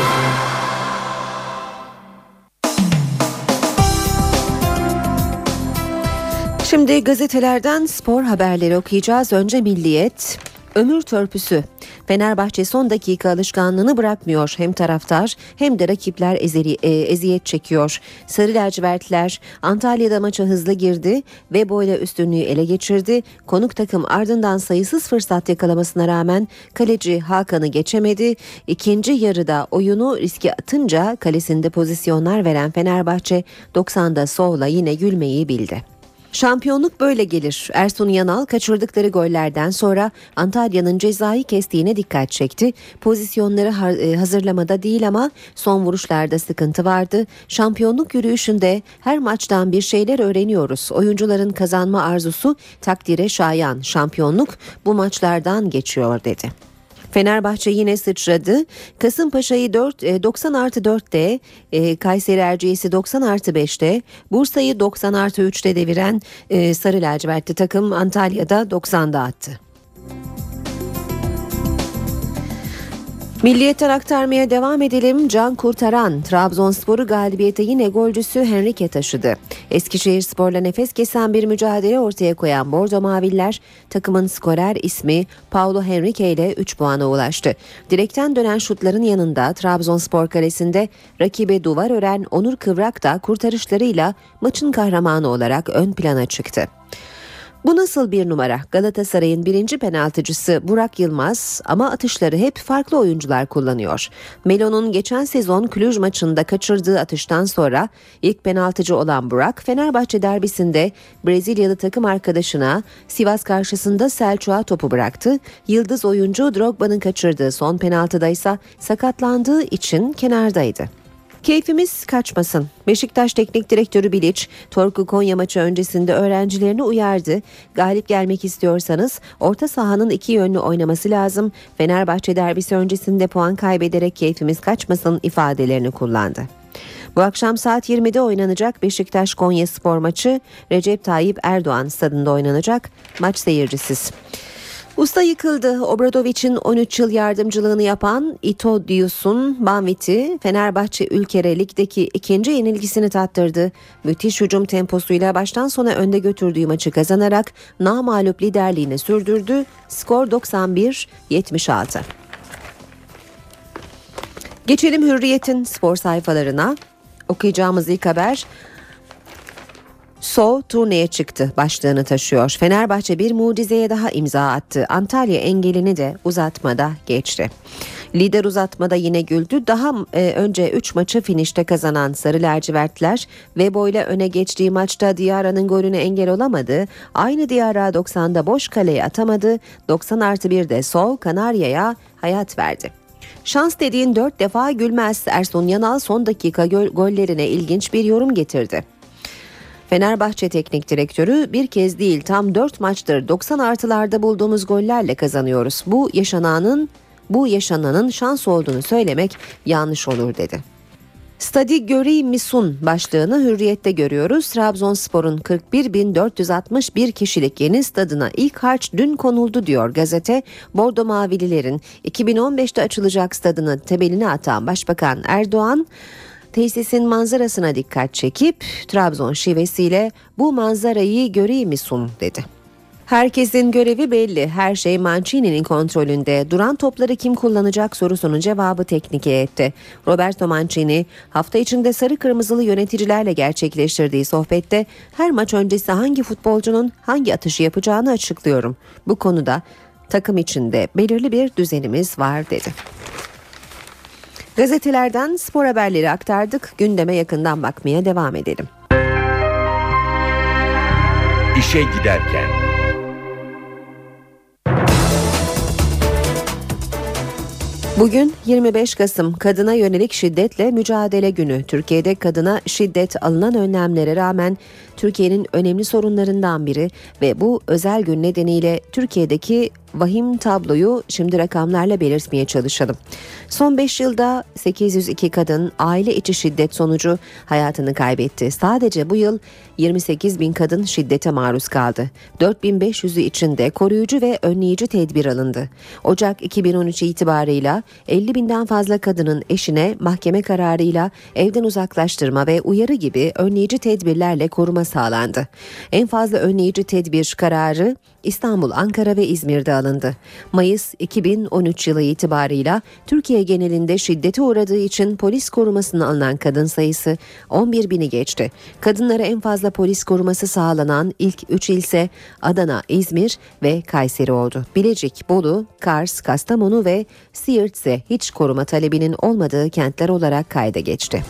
Şimdi gazetelerden spor haberleri okuyacağız. Önce Milliyet. Ömür törpüsü. Fenerbahçe son dakika alışkanlığını bırakmıyor. Hem taraftar hem de rakipler eziyet çekiyor. Sarı lacivertler Antalya'da maça hızlı girdi ve boyla üstünlüğü ele geçirdi. Konuk takım ardından sayısız fırsat yakalamasına rağmen kaleci Hakan'ı geçemedi. İkinci yarıda oyunu riske atınca kalesinde pozisyonlar veren Fenerbahçe 90'da Sow'la yine gülmeyi bildi. Şampiyonluk böyle gelir. Ersun Yanal kaçırdıkları gollerden sonra Antalya'nın cezayı kestiğine dikkat çekti. Pozisyonları hazırlamada değil ama son vuruşlarda sıkıntı vardı. Şampiyonluk yürüyüşünde her maçtan bir şeyler öğreniyoruz. Oyuncuların kazanma arzusu takdire şayan. Şampiyonluk bu maçlardan geçiyor dedi. Fenerbahçe yine sıçradı. Kasımpaşa'yı 90+4'te, Kayseri Erciyes'i 90+5'te, Bursa'yı 90+3'te deviren Sarı lacivertli takım Antalya'da 90'da attı. Milliyet'ten aktarmaya devam edelim. Can kurtaran Trabzonspor'u galibiyete yine golcüsü Henrique taşıdı. Eskişehirspor'la nefes kesen bir mücadele ortaya koyan Bordo Maviller takımın skorer ismi Paulo Henrique ile 3 puana ulaştı. Direkten dönen şutların yanında Trabzonspor kalesinde rakibe duvar ören Onur Kıvrak da kurtarışlarıyla maçın kahramanı olarak ön plana çıktı. Bu nasıl bir numara? Galatasaray'ın birinci penaltıcısı Burak Yılmaz ama atışları hep farklı oyuncular kullanıyor. Melo'nun geçen sezon Cluj maçında kaçırdığı atıştan sonra ilk penaltıcı olan Burak, Fenerbahçe derbisinde Brezilyalı takım arkadaşına Sivas karşısında Selçuk'a topu bıraktı. Yıldız oyuncu Drogba'nın kaçırdığı son penaltıda ise sakatlandığı için kenardaydı. Keyfimiz kaçmasın. Beşiktaş Teknik Direktörü Bilic, Torku Konya maçı öncesinde öğrencilerini uyardı. Galip gelmek istiyorsanız orta sahanın iki yönlü oynaması lazım. Fenerbahçe derbisi öncesinde puan kaybederek keyfimiz kaçmasın ifadelerini kullandı. Bu akşam saat 20'de oynanacak Beşiktaş Konyaspor maçı Recep Tayyip Erdoğan stadında oynanacak. Maç seyircisiz. Usta yıkıldı. Obradovic'in 13 yıl yardımcılığını yapan Itodius'un Banvit'i Fenerbahçe Ülkere Lig'deki ikinci yenilgisini tattırdı. Müthiş hücum temposuyla baştan sona önde götürdüğü maçı kazanarak namağlup liderliğini sürdürdü. Skor 91-76. Geçelim Hürriyet'in spor sayfalarına. Okuyacağımız ilk haber Sow turneye çıktı başlığını taşıyor. Fenerbahçe bir mucizeye daha imza attı. Antalya engelini de uzatmada geçti. Lider uzatmada yine güldü. Daha önce 3 maçı finişte kazanan Sarı lacivertler Vebo ile öne geçtiği maçta Diarra'nın golüne engel olamadı. Aynı Diarra 90'da boş kaleye atamadı. 90+1'de Sow Kanarya'ya hayat verdi. Şans dediğin 4 defa gülmez. Ersun Yanal son dakika gollerine ilginç bir yorum getirdi. Fenerbahçe Teknik Direktörü bir kez değil tam 4 maçtır 90+'larda bulduğumuz gollerle kazanıyoruz. Bu yaşananın şans olduğunu söylemek yanlış olur dedi. Stadi göreyim misun başlığını Hürriyet'te görüyoruz. Trabzonspor'un 41.461 kişilik yeni stadına ilk harç dün konuldu diyor gazete. Bordo Mavililerin 2015'te açılacak stadının temelini atan Başbakan Erdoğan tesisin manzarasına dikkat çekip Trabzon şivesiyle "Bu manzarayı göreyim misun?" dedi. Herkesin görevi belli. Her şey Mancini'nin kontrolünde. Duran topları kim kullanacak sorusunun cevabı teknik heyette. Roberto Mancini hafta içinde sarı kırmızılı yöneticilerle gerçekleştirdiği sohbette her maç öncesi hangi futbolcunun hangi atışı yapacağını açıklıyorum. Bu konuda takım içinde belirli bir düzenimiz var dedi. Gazetelerden spor haberleri aktardık. Gündeme yakından bakmaya devam edelim. İşe giderken. Bugün 25 Kasım Kadına Yönelik Şiddetle Mücadele Günü. Türkiye'de kadına şiddet alınan önlemlere rağmen Türkiye'nin önemli sorunlarından biri ve bu özel gün nedeniyle Türkiye'deki vahim tabloyu şimdi rakamlarla belirtmeye çalışalım. Son 5 yılda 802 kadın aile içi şiddet sonucu hayatını kaybetti. Sadece bu yıl 28 bin kadın şiddete maruz kaldı. 4500'ü içinde koruyucu ve önleyici tedbir alındı. Ocak 2013 itibarıyla 50 binden fazla kadının eşine mahkeme kararıyla evden uzaklaştırma ve uyarı gibi önleyici tedbirlerle koruma sağlandı. En fazla önleyici tedbir kararı İstanbul, Ankara ve İzmir'de alındı. Mayıs 2013 yılı itibarıyla Türkiye genelinde şiddete uğradığı için polis korumasına alınan kadın sayısı 11 bini geçti. Kadınlara en fazla polis koruması sağlanan ilk 3 il ise Adana, İzmir ve Kayseri oldu. Bilecik, Bolu, Kars, Kastamonu ve Siirt ise hiç koruma talebinin olmadığı kentler olarak kayda geçti.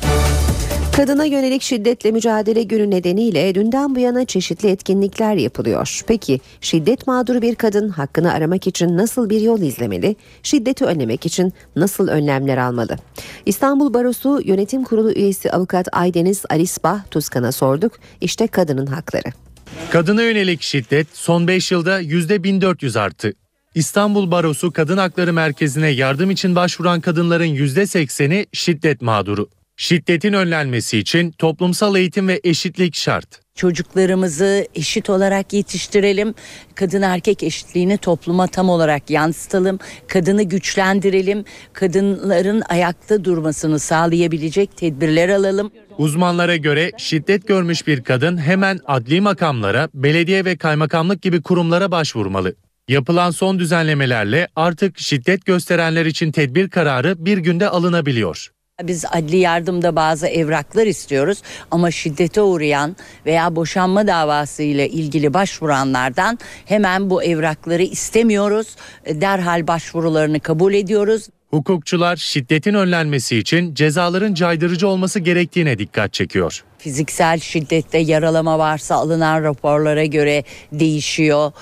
Kadına yönelik şiddetle mücadele günü nedeniyle dünden bu yana çeşitli etkinlikler yapılıyor. Peki şiddet mağduru bir kadın hakkını aramak için nasıl bir yol izlemeli? Şiddeti önlemek için nasıl önlemler almalı? İstanbul Barosu Yönetim Kurulu üyesi avukat Aydeniz Alisbah Tuzkan'a sorduk. İşte kadının hakları. Kadına yönelik şiddet son 5 yılda %1400 arttı. İstanbul Barosu Kadın Hakları Merkezi'ne yardım için başvuran kadınların %80'i şiddet mağduru. Şiddetin önlenmesi için toplumsal eğitim ve eşitlik şart. Çocuklarımızı eşit olarak yetiştirelim, kadın erkek eşitliğini topluma tam olarak yansıtalım, kadını güçlendirelim, kadınların ayakta durmasını sağlayabilecek tedbirler alalım. Uzmanlara göre şiddet görmüş bir kadın hemen adli makamlara, belediye ve kaymakamlık gibi kurumlara başvurmalı. Yapılan son düzenlemelerle artık şiddet gösterenler için tedbir kararı bir günde alınabiliyor. Biz adli yardımda bazı evraklar istiyoruz ama şiddete uğrayan veya boşanma davası ile ilgili başvuranlardan hemen bu evrakları istemiyoruz. Derhal başvurularını kabul ediyoruz. Hukukçular şiddetin önlenmesi için cezaların caydırıcı olması gerektiğine dikkat çekiyor. Fiziksel şiddette yaralama varsa alınan raporlara göre değişiyor.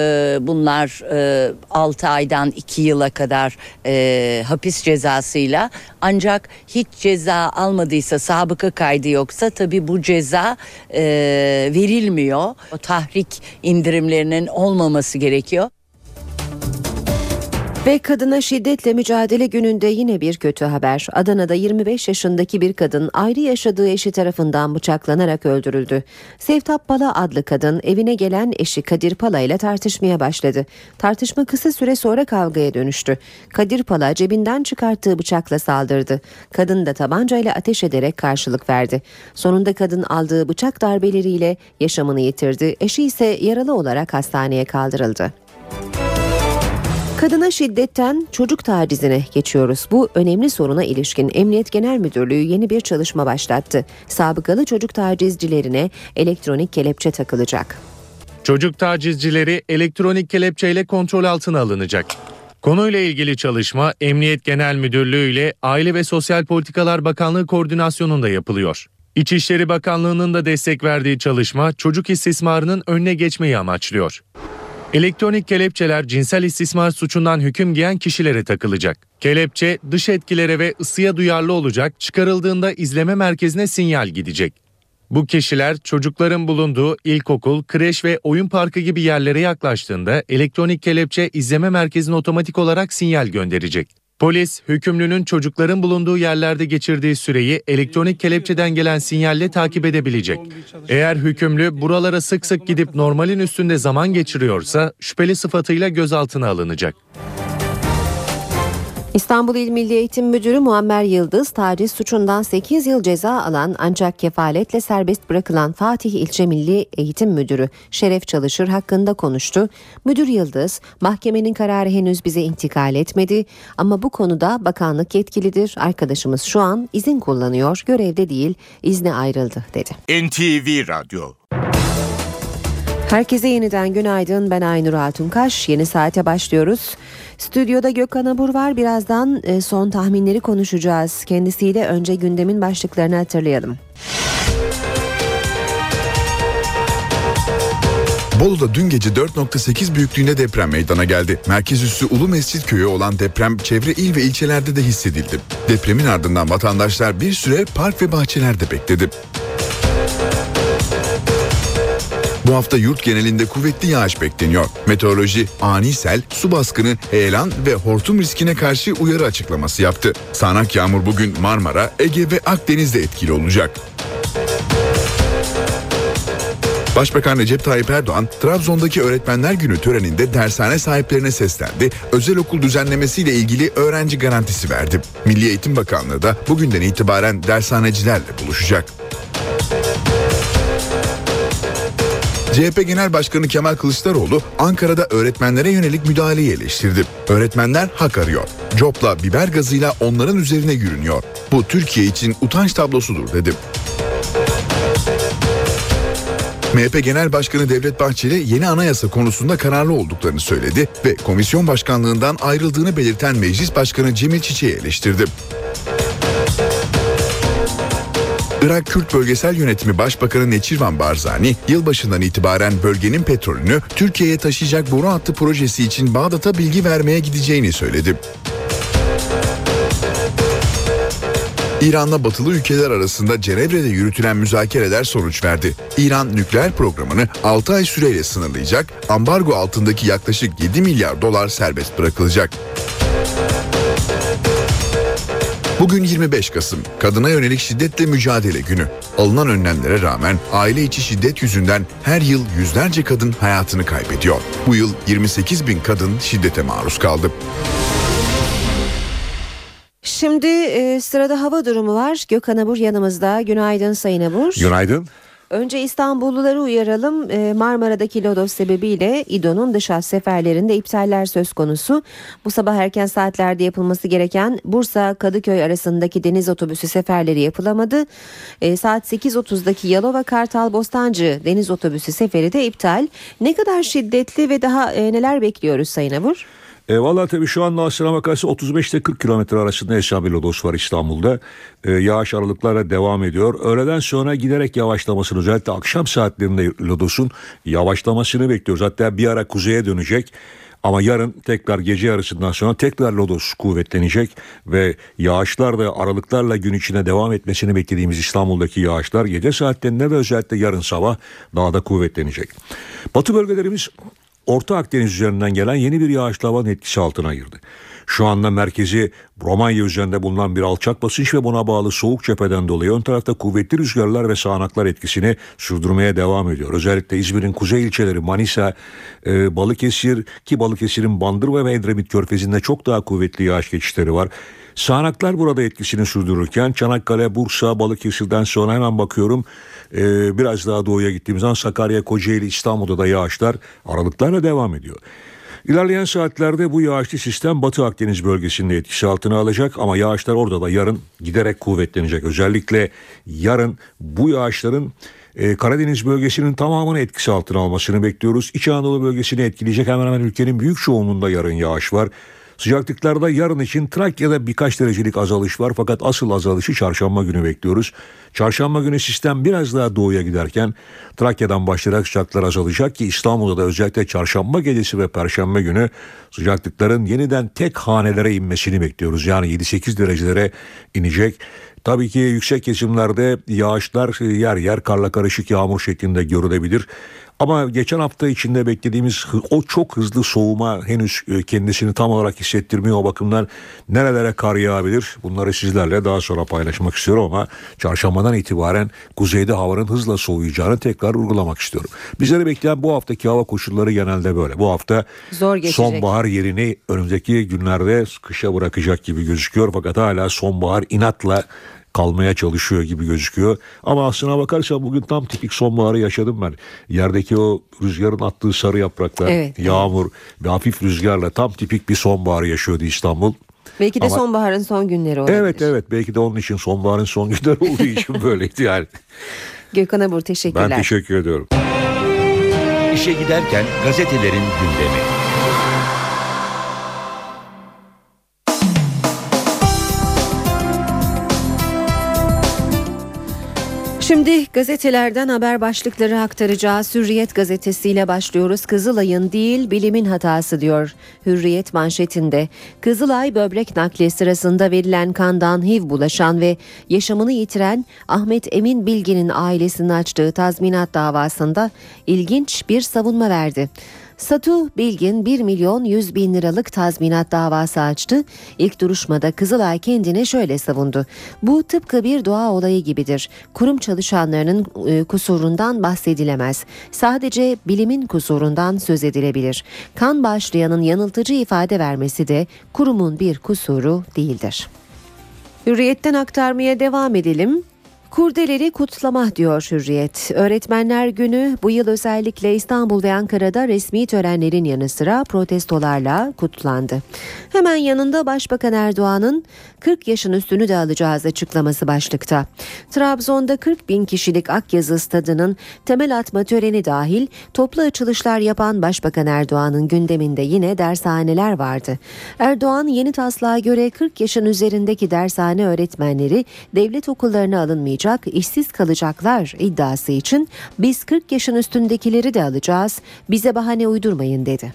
Bunlar 6 aydan 2 yıla kadar hapis cezasıyla, ancak hiç ceza almadıysa, sabıka kaydı yoksa tabii bu ceza verilmiyor. O tahrik indirimlerinin olmaması gerekiyor. Ve kadına şiddetle mücadele gününde yine bir kötü haber. Adana'da 25 yaşındaki bir kadın ayrı yaşadığı eşi tarafından bıçaklanarak öldürüldü. Sevtap Pala adlı kadın evine gelen eşi Kadir Pala ile tartışmaya başladı. Tartışma kısa süre sonra kavgaya dönüştü. Kadir Pala cebinden çıkarttığı bıçakla saldırdı. Kadın da tabancayla ateş ederek karşılık verdi. Sonunda kadın aldığı bıçak darbeleriyle yaşamını yitirdi. Eşi ise yaralı olarak hastaneye kaldırıldı. Kadına şiddetten çocuk tacizine geçiyoruz. Bu önemli soruna ilişkin Emniyet Genel Müdürlüğü yeni bir çalışma başlattı. Sabıkalı çocuk tacizcilerine elektronik kelepçe takılacak. Çocuk tacizcileri elektronik kelepçeyle kontrol altına alınacak. Konuyla ilgili çalışma Emniyet Genel Müdürlüğü ile Aile ve Sosyal Politikalar Bakanlığı koordinasyonunda yapılıyor. İçişleri Bakanlığı'nın da destek verdiği çalışma çocuk istismarının önüne geçmeyi amaçlıyor. Elektronik kelepçeler cinsel istismar suçundan hüküm giyen kişilere takılacak. Kelepçe dış etkilere ve ısıya duyarlı olacak, çıkarıldığında izleme merkezine sinyal gidecek. Bu kişiler çocukların bulunduğu ilkokul, kreş ve oyun parkı gibi yerlere yaklaştığında elektronik kelepçe izleme merkezine otomatik olarak sinyal gönderecek. Polis, hükümlünün çocukların bulunduğu yerlerde geçirdiği süreyi elektronik kelepçeden gelen sinyalle takip edebilecek. Eğer hükümlü buralara sık sık gidip normalin üstünde zaman geçiriyorsa şüpheli sıfatıyla gözaltına alınacak. İstanbul İl Milli Eğitim Müdürü Muammer Yıldız, taciz suçundan 8 yıl ceza alan ancak kefaletle serbest bırakılan Fatih İlçe Milli Eğitim Müdürü Şeref Çalışır hakkında konuştu. Müdür Yıldız, mahkemenin kararı henüz bize intikal etmedi ama bu konuda bakanlık yetkilidir. Arkadaşımız şu an izin kullanıyor, görevde değil, izne ayrıldı dedi. NTV Radyo. Herkese yeniden günaydın. Ben Aynur Altunkaş. Yeni saate başlıyoruz. Stüdyoda Gökhan Abur var. Birazdan son tahminleri konuşacağız. Kendisiyle önce gündemin başlıklarını hatırlayalım. Bolu'da dün gece 4.8 büyüklüğünde deprem meydana geldi. Merkez üssü Ulu Mescit köyü olan deprem çevre il ve ilçelerde de hissedildi. Depremin ardından vatandaşlar bir süre park ve bahçelerde bekledi. Bu hafta yurt genelinde kuvvetli yağış bekleniyor. Meteoroloji ani sel, su baskını, heyelan ve hortum riskine karşı uyarı açıklaması yaptı. Sağanak yağmur bugün Marmara, Ege ve Akdeniz'de etkili olacak. Başbakan Recep Tayyip Erdoğan, Trabzon'daki Öğretmenler Günü töreninde dershane sahiplerine seslendi. Özel okul düzenlemesiyle ilgili öğrenci garantisi verdi. Milli Eğitim Bakanlığı da bugünden itibaren dershanecilerle buluşacak. CHP Genel Başkanı Kemal Kılıçdaroğlu Ankara'da öğretmenlere yönelik müdahaleyi eleştirdi. Öğretmenler hak arıyor. Copla, biber gazıyla onların üzerine yürünüyor. Bu Türkiye için utanç tablosudur dedi. MHP Genel Başkanı Devlet Bahçeli yeni anayasa konusunda kararlı olduklarını söyledi ve komisyon başkanlığından ayrıldığını belirten Meclis Başkanı Cemil Çiçek'i eleştirdi. Irak Kürt Bölgesel Yönetimi Başbakanı Neçirvan Barzani, yılbaşından itibaren bölgenin petrolünü Türkiye'ye taşıyacak boru hattı projesi için Bağdat'a bilgi vermeye gideceğini söyledi. İran'la batılı ülkeler arasında Cenevre'de yürütülen müzakereler sonuç verdi. İran nükleer programını 6 ay süreyle sınırlayacak, ambargo altındaki yaklaşık 7 milyar dolar serbest bırakılacak. Bugün 25 Kasım, Kadına Yönelik Şiddetle Mücadele Günü. Alınan önlemlere rağmen aile içi şiddet yüzünden her yıl yüzlerce kadın hayatını kaybediyor. Bu yıl 28 bin kadın şiddete maruz kaldı. Şimdi sırada hava durumu var. Gökhan Abur yanımızda. Günaydın Sayın Abur. Günaydın. Önce İstanbulluları uyaralım. Marmara'daki lodos sebebiyle İDO'nun dış hat seferlerinde iptaller söz konusu. Bu sabah erken saatlerde yapılması gereken Bursa-Kadıköy arasındaki deniz otobüsü seferleri yapılamadı. Saat 8.30'daki Yalova-Kartal-Bostancı deniz otobüsü seferi de iptal. Ne kadar şiddetli ve daha neler bekliyoruz Sayın Abur? Valla tabii şu anda aslına bakarsa 35 ile 40 kilometre arasında yaşayan bir lodos var İstanbul'da. Yağış aralıklarla devam ediyor. Öğleden sonra giderek yavaşlamasını, özellikle akşam saatlerinde lodosun yavaşlamasını bekliyoruz. Hatta bir ara kuzeye dönecek. Ama yarın tekrar gece yarısından sonra tekrar lodos kuvvetlenecek ve yağışlar da aralıklarla gün içine devam etmesini beklediğimiz İstanbul'daki yağışlar gece saatlerinde ve özellikle yarın sabah daha da kuvvetlenecek. Batı bölgelerimiz Orta Akdeniz üzerinden gelen yeni bir yağışlı havanın etkisi altına girdi. Şu anda merkezi Romanya üzerinde bulunan bir alçak basınç ve buna bağlı soğuk cepheden dolayı ön tarafta kuvvetli rüzgarlar ve sağanaklar etkisini sürdürmeye devam ediyor. Özellikle İzmir'in kuzey ilçeleri Manisa, Balıkesir ki Balıkesir'in Bandırma ve Edremit Körfezi'nde çok daha kuvvetli yağış geçişleri var. Sağanaklar burada etkisini sürdürürken Çanakkale, Bursa, Balıkesir'den sonra hemen bakıyorum biraz daha doğuya gittiğimiz zaman Sakarya, Kocaeli, İstanbul'da da yağışlar aralıklarla devam ediyor. İlerleyen saatlerde bu yağışlı sistem Batı Akdeniz bölgesinde etkisi altına alacak ama yağışlar orada da yarın giderek kuvvetlenecek. Özellikle yarın bu yağışların Karadeniz bölgesinin tamamını etkisi altına almasını bekliyoruz. İç Anadolu bölgesini etkileyecek hemen hemen ülkenin büyük çoğunluğunda yarın yağış var. Sıcaklıklarda yarın için Trakya'da birkaç derecelik azalış var fakat asıl azalışı çarşamba günü bekliyoruz. Çarşamba günü sistem biraz daha doğuya giderken Trakya'dan başlayarak sıcaklıklar azalacak ki İstanbul'da da özellikle çarşamba gecesi ve perşembe günü sıcaklıkların yeniden tek hanelere inmesini bekliyoruz. Yani 7-8 derecelere inecek. Tabii ki yüksek kesimlerde yağışlar yer yer karla karışık yağmur şeklinde görülebilir. Ama geçen hafta içinde beklediğimiz o çok hızlı soğuma henüz kendisini tam olarak hissettirmiyor. O bakımdan nerelere kar yağabilir bunları sizlerle daha sonra paylaşmak istiyorum ama çarşambadan itibaren kuzeyde havanın hızla soğuyacağını tekrar vurgulamak istiyorum. Bizleri bekleyen bu haftaki hava koşulları genelde böyle. Bu hafta sonbahar yerini önümüzdeki günlerde kışa bırakacak gibi gözüküyor fakat hala sonbahar inatla kalmaya çalışıyor gibi gözüküyor. Ama aslına bakarsan bugün tam tipik sonbaharı yaşadım ben. Yerdeki o rüzgarın attığı sarı yapraklar, yağmur ve hafif rüzgarla tam tipik bir sonbaharı yaşıyordu İstanbul. Belki de sonbaharın son günleri olabilir. Evet belki de onun için sonbaharın son günleri olduğu için böyleydi yani. Gökhan Abur teşekkürler. Ben teşekkür ediyorum. İşe giderken gazetelerin gündemi. Şimdi gazetelerden haber başlıkları aktaracağız. Hürriyet gazetesiyle başlıyoruz. Kızılay'ın değil bilimin hatası diyor Hürriyet manşetinde. Kızılay böbrek nakli sırasında verilen kandan HIV bulaşan ve yaşamını yitiren Ahmet Emin Bilgin'in ailesinin açtığı tazminat davasında ilginç bir savunma verdi. Satu Bilgin 1.100.000 liralık tazminat davası açtı. İlk duruşmada Kızılay kendini şöyle savundu. Bu tıpkı bir doğa olayı gibidir. Kurum çalışanlarının kusurundan bahsedilemez. Sadece bilimin kusurundan söz edilebilir. Kan bağışlayanın yanıltıcı ifade vermesi de kurumun bir kusuru değildir. Hürriyet'ten aktarmaya devam edelim. Kurdeleri kutlama diyor Hürriyet. Öğretmenler Günü bu yıl özellikle İstanbul ve Ankara'da resmi törenlerin yanı sıra protestolarla kutlandı. Hemen yanında Başbakan Erdoğan'ın 40 yaşın üstünü de alacağız açıklaması başlıkta. Trabzon'da 40.000 kişilik Akyazı Stadı'nın temel atma töreni dahil toplu açılışlar yapan Başbakan Erdoğan'ın gündeminde yine dershaneler vardı. Erdoğan yeni taslağa göre 40 yaşın üzerindeki dershane öğretmenleri devlet okullarına alınmayacak, işsiz kalacaklar iddiası için biz 40 yaşın üstündekileri de alacağız, bize bahane uydurmayın dedi.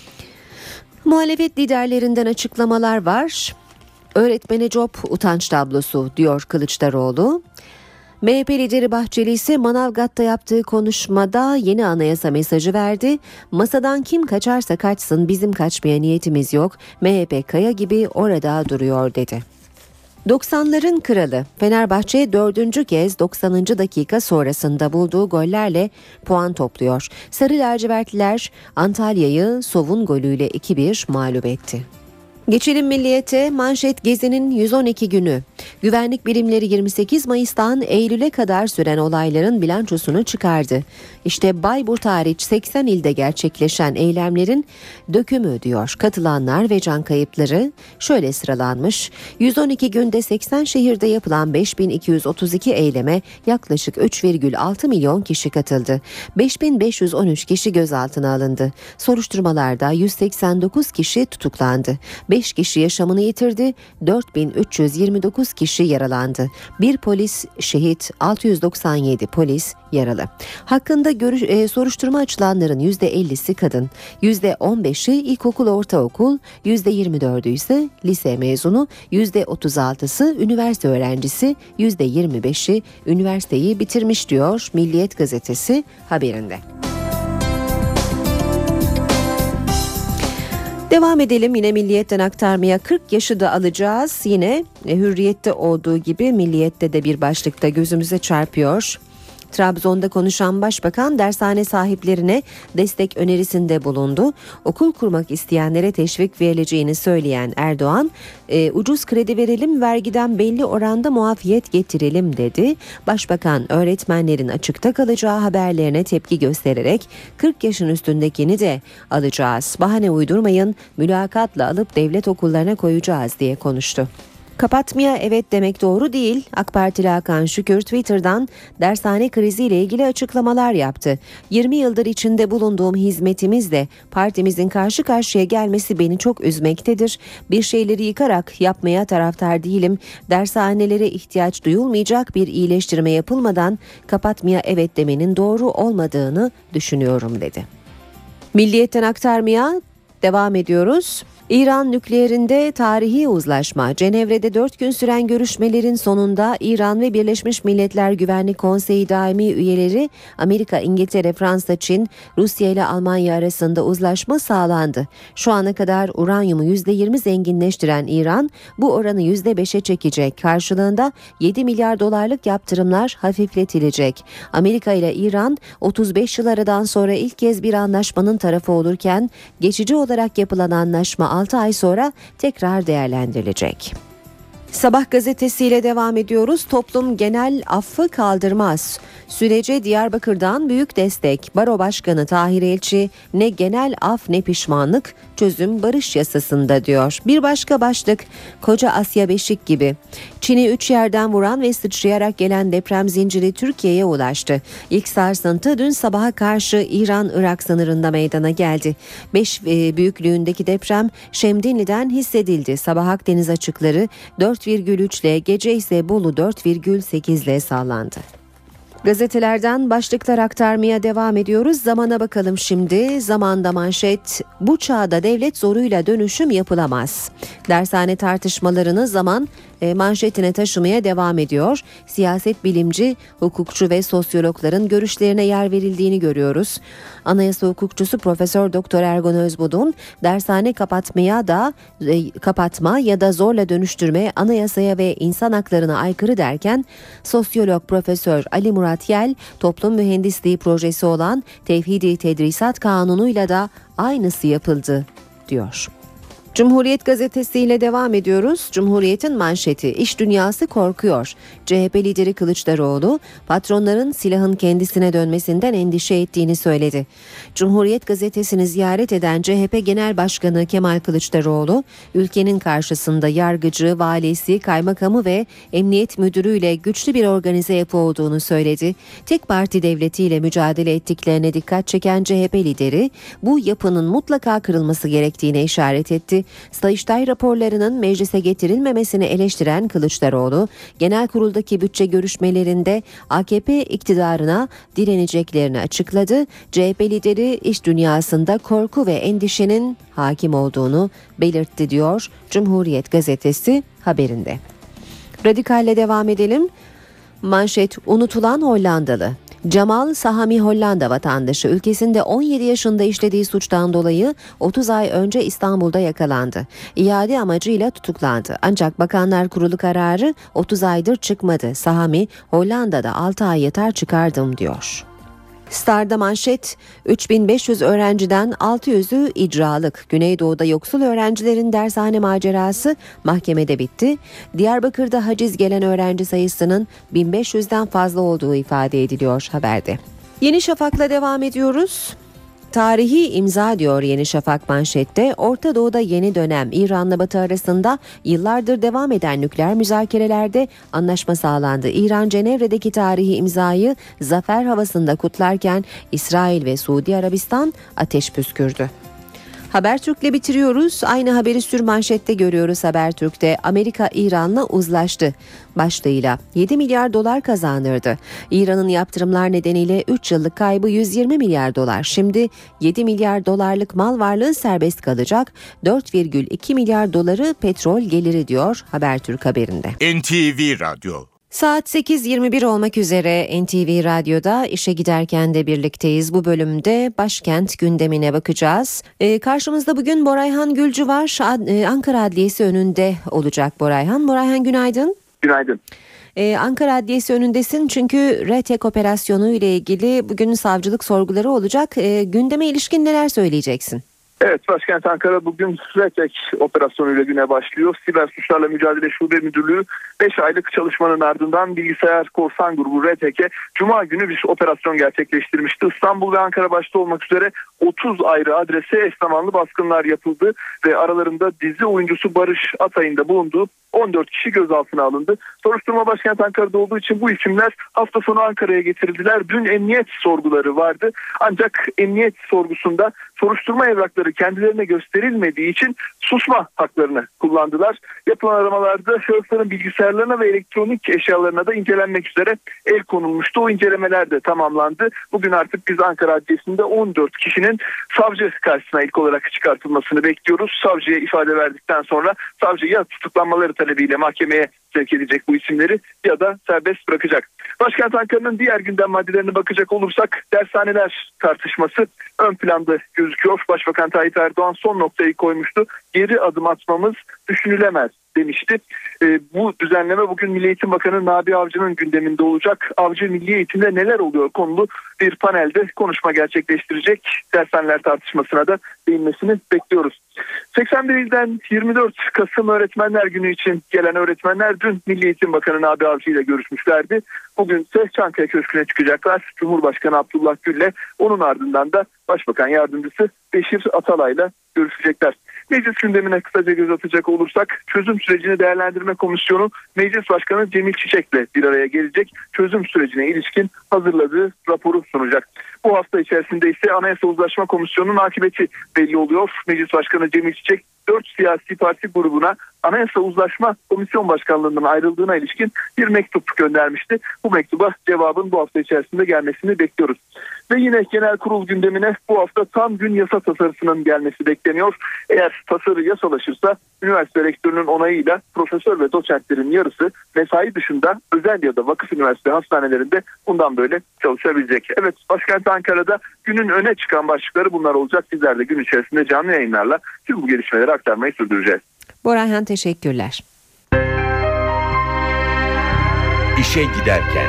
Muhalefet liderlerinden açıklamalar var. Öğretmene cop utanç tablosu diyor Kılıçdaroğlu. MHP lideri Bahçeli ise Manavgat'ta yaptığı konuşmada yeni anayasa mesajı verdi. Masadan kim kaçarsa kaçsın bizim kaçmaya niyetimiz yok. MHP kaya gibi orada duruyor dedi. 90'ların kralı Fenerbahçe 4. kez 90. dakika sonrasında bulduğu gollerle puan topluyor. Sarı lacivertliler Antalya'yı Sov'un golüyle 2-1 mağlup etti. Geçelim Milliyet'e. Manşet Gezi'nin 112 günü. Güvenlik birimleri 28 Mayıs'tan Eylül'e kadar süren olayların bilançosunu çıkardı. İşte Bayburt hariç 80 ilde gerçekleşen eylemlerin dökümü diyor. Katılanlar ve can kayıpları şöyle sıralanmış. 112 günde 80 şehirde yapılan 5232 eyleme yaklaşık 3,6 milyon kişi katıldı. 5513 kişi gözaltına alındı. Soruşturmalarda 189 kişi tutuklandı. 5 kişi yaşamını yitirdi, 4329 kişi yaralandı. Bir polis şehit, 697 polis yaralı. Hakkında soruşturma açılanların %50'si kadın, %15'i ilkokul ortaokul, %24'ü ise lise mezunu, %36'sı üniversite öğrencisi, %25'i üniversiteyi bitirmiş diyor Milliyet gazetesi haberinde. Devam edelim yine Milliyet'ten aktarmaya. 40 yaşı da alacağız. Yine Hürriyet'te olduğu gibi Milliyet'te de bir başlıkta gözümüze çarpıyor. Trabzon'da konuşan Başbakan dershane sahiplerine destek önerisinde bulundu. Okul kurmak isteyenlere teşvik verileceğini söyleyen Erdoğan, ucuz kredi verelim, vergiden belli oranda muafiyet getirelim dedi. Başbakan öğretmenlerin açıkta kalacağı haberlerine tepki göstererek 40 yaşın üstündekini de alacağız, bahane uydurmayın, mülakatla alıp devlet okullarına koyacağız diye konuştu. Kapatmaya evet demek doğru değil. AK Partili Hakan Şükür Twitter'dan dershane kriziyle ilgili açıklamalar yaptı. 20 yıldır içinde bulunduğum hizmetimizle partimizin karşı karşıya gelmesi beni çok üzmektedir. Bir şeyleri yıkarak yapmaya taraftar değilim. Dershanelere ihtiyaç duyulmayacak bir iyileştirme yapılmadan kapatmaya evet demenin doğru olmadığını düşünüyorum dedi. Milliyet'ten aktarmaya devam ediyoruz. İran nükleerinde tarihi uzlaşma. Cenevre'de 4 gün süren görüşmelerin sonunda İran ve Birleşmiş Milletler Güvenlik Konseyi daimi üyeleri Amerika, İngiltere, Fransa, Çin, Rusya ile Almanya arasında uzlaşma sağlandı. Şu ana kadar uranyumu %20 zenginleştiren İran bu oranı %5'e çekecek. Karşılığında 7 milyar dolarlık yaptırımlar hafifletilecek. Amerika ile İran 35 yıl aradan sonra ilk kez bir anlaşmanın tarafı olurken geçici olarak yapılan anlaşma 6 ay sonra tekrar değerlendirilecek. Sabah gazetesiyle devam ediyoruz. Toplum genel affı kaldırmaz. Sürece Diyarbakır'dan büyük destek. Baro Başkanı Tahir Elçi, ne genel af ne pişmanlık, çözüm barış yasasında diyor. Bir başka başlık, koca Asya Beşik gibi. Çin'i 3 yerden vuran ve sıçrayarak gelen deprem zinciri Türkiye'ye ulaştı. İlk sarsıntı dün sabaha karşı İran-Irak sınırında meydana geldi. 5 büyüklüğündeki deprem Şemdinli'den hissedildi. Sabah Akdeniz açıkları 4,3 ile, gece ise Bolu 4,8 ile sallandı. Gazetelerden başlıklar aktarmaya devam ediyoruz. Zamana bakalım şimdi. Zaman'da manşet, bu çağda devlet zoruyla dönüşüm yapılamaz. Dershane tartışmalarını Zaman manşetine taşımaya devam ediyor. Siyaset bilimci, hukukçu ve sosyologların görüşlerine yer verildiğini görüyoruz. Anayasa hukukçusu Profesör Doktor Ergun Özbudun, dershane kapatma ya da zorla dönüştürme anayasaya ve insan haklarına aykırı derken, sosyolog Profesör Ali Murat Yel, toplum mühendisliği projesi olan Tevhidi Tedrisat Kanunu'yla da aynısı yapıldı diyor. Cumhuriyet gazetesiyle devam ediyoruz. Cumhuriyet'in manşeti, iş dünyası korkuyor. CHP lideri Kılıçdaroğlu, patronların silahın kendisine dönmesinden endişe ettiğini söyledi. Cumhuriyet gazetesini ziyaret eden CHP Genel Başkanı Kemal Kılıçdaroğlu, ülkenin karşısında yargıcı, valisi, kaymakamı ve emniyet müdürüyle güçlü bir organize yapı olduğunu söyledi. Tek parti devletiyle mücadele ettiklerine dikkat çeken CHP lideri, bu yapının mutlaka kırılması gerektiğine işaret etti. Sayıştay raporlarının meclise getirilmemesini eleştiren Kılıçdaroğlu, genel kuruldaki bütçe görüşmelerinde AKP iktidarına direneceklerini açıkladı. CHP lideri iş dünyasında korku ve endişenin hakim olduğunu belirtti diyor Cumhuriyet gazetesi haberinde. Radikalle devam edelim. Manşet, unutulan Hollandalı. Cemal Sahami Hollanda vatandaşı, ülkesinde 17 yaşında işlediği suçtan dolayı 30 ay önce İstanbul'da yakalandı. İade amacıyla tutuklandı. Ancak Bakanlar Kurulu kararı 30 aydır çıkmadı. Sahami, Hollanda'da 6 ay yatar çıkardım diyor. Star'da manşet, 3500 öğrenciden 600'ü icralık. Güneydoğu'da yoksul öğrencilerin dershane macerası mahkemede bitti. Diyarbakır'da haciz gelen öğrenci sayısının 1500'den fazla olduğu ifade ediliyor haberde. Yeni Şafak'la devam ediyoruz. Tarihi imza diyor Yeni Şafak manşette. Orta Doğu'da yeni dönem. İran'la Batı arasında yıllardır devam eden nükleer müzakerelerde anlaşma sağlandı. İran Cenevre'deki tarihi imzayı zafer havasında kutlarken İsrail ve Suudi Arabistan ateş püskürdü. Habertürk'le bitiriyoruz. Aynı haberi sürmanşette görüyoruz Habertürk'te. Amerika İran'la uzlaştı başlığıyla 7 milyar dolar kazandırdı. İran'ın yaptırımlar nedeniyle 3 yıllık kaybı 120 milyar dolar. Şimdi 7 milyar dolarlık mal varlığı serbest kalacak. 4,2 milyar doları petrol geliri diyor Habertürk haberinde. NTV Radyo. Saat 8.21 olmak üzere NTV Radyo'da işe giderken de birlikteyiz. Bu bölümde başkent gündemine bakacağız. Karşımızda bugün Borayhan Gülcü var. Ankara Adliyesi önünde olacak Borayhan. Borayhan günaydın. Günaydın. Ankara Adliyesi önündesin çünkü RETEK operasyonu ile ilgili bugün savcılık sorguları olacak. Gündeme ilişkin neler söyleyeceksin? Evet, başkent Ankara bugün RETEK operasyonuyla güne başlıyor. Siber Suçlarla Mücadele Şube Müdürlüğü 5 aylık çalışmanın ardından bilgisayar korsan grubu RETEK'e Cuma günü bir operasyon gerçekleştirmişti. İstanbul ve Ankara başta olmak üzere 30 ayrı adrese eş zamanlı baskınlar yapıldı ve aralarında dizi oyuncusu Barış Atay'ın da bulunduğu 14 kişi gözaltına alındı. Soruşturma başkent Ankara'da olduğu için bu isimler hafta sonu Ankara'ya getirildiler. Dün emniyet sorguları vardı. Ancak emniyet sorgusunda soruşturma evrakları kendilerine gösterilmediği için susma haklarını kullandılar. Yapılan aramalarda şahısların bilgisayarlarına ve elektronik eşyalarına da incelenmek üzere el konulmuştu. O incelemeler de tamamlandı. Bugün artık biz Ankara Adliyesi'nde 14 kişinin savcı karşısına ilk olarak çıkartılmasını bekliyoruz. Savcıya ifade verdikten sonra savcı ya tutuklanmaları talebiyle mahkemeye sevk edecek bu isimleri ya da serbest bırakacak. Başkent Ankara'nın diğer gündem maddelerine bakacak olursak dershaneler tartışması ön planda gözüküyor. Başbakan Tayyip Erdoğan son noktayı koymuştu. Geri adım atmamız düşünülemez demişti. Bu düzenleme bugün Milli Eğitim Bakanı Nabi Avcı'nın gündeminde olacak. Avcı milli eğitimde neler oluyor konulu bir panelde konuşma gerçekleştirecek. Dershaneler tartışmasına da değinmesini bekliyoruz. 81 ilden 24 Kasım Öğretmenler Günü için gelen öğretmenler dün Milli Eğitim Bakanı Nabi Avcı ile görüşmüşlerdi. Bugün ise Çankaya Köşkü'ne çıkacaklar. Cumhurbaşkanı Abdullah Gül'le, onun ardından da Başbakan Yardımcısı Beşir Atalay'la görüşecekler. Meclis gündemine kısaca göz atacak olursak çözüm sürecini değerlendirme komisyonu Meclis Başkanı Cemil Çiçek'le bir araya gelecek. Çözüm sürecine ilişkin hazırladığı raporu sunacak. Bu hafta içerisinde ise Anayasa Uzlaşma Komisyonu'nun akıbeti belli oluyor. Meclis Başkanı Cemil Çiçek 4 siyasi parti grubuna Anayasa Uzlaşma Komisyon Başkanlığı'ndan ayrıldığına ilişkin bir mektup göndermişti. Bu mektuba cevabın bu hafta içerisinde gelmesini bekliyoruz. Ve yine genel kurul gündemine bu hafta tam gün yasa tasarısının gelmesi bekleniyor. Eğer tasarı yasalaşırsa üniversite rektörünün onayıyla profesör ve doçentlerin yarısı mesai dışında özel ya da vakıf üniversite hastanelerinde bundan böyle çalışabilecek. Evet, başkent Ankara'da günün öne çıkan başlıkları bunlar olacak. Bizler de gün içerisinde canlı yayınlarla tüm bu gelişmeleri aktarmayı sürdüreceğiz. Borayhan teşekkürler. İşe giderken.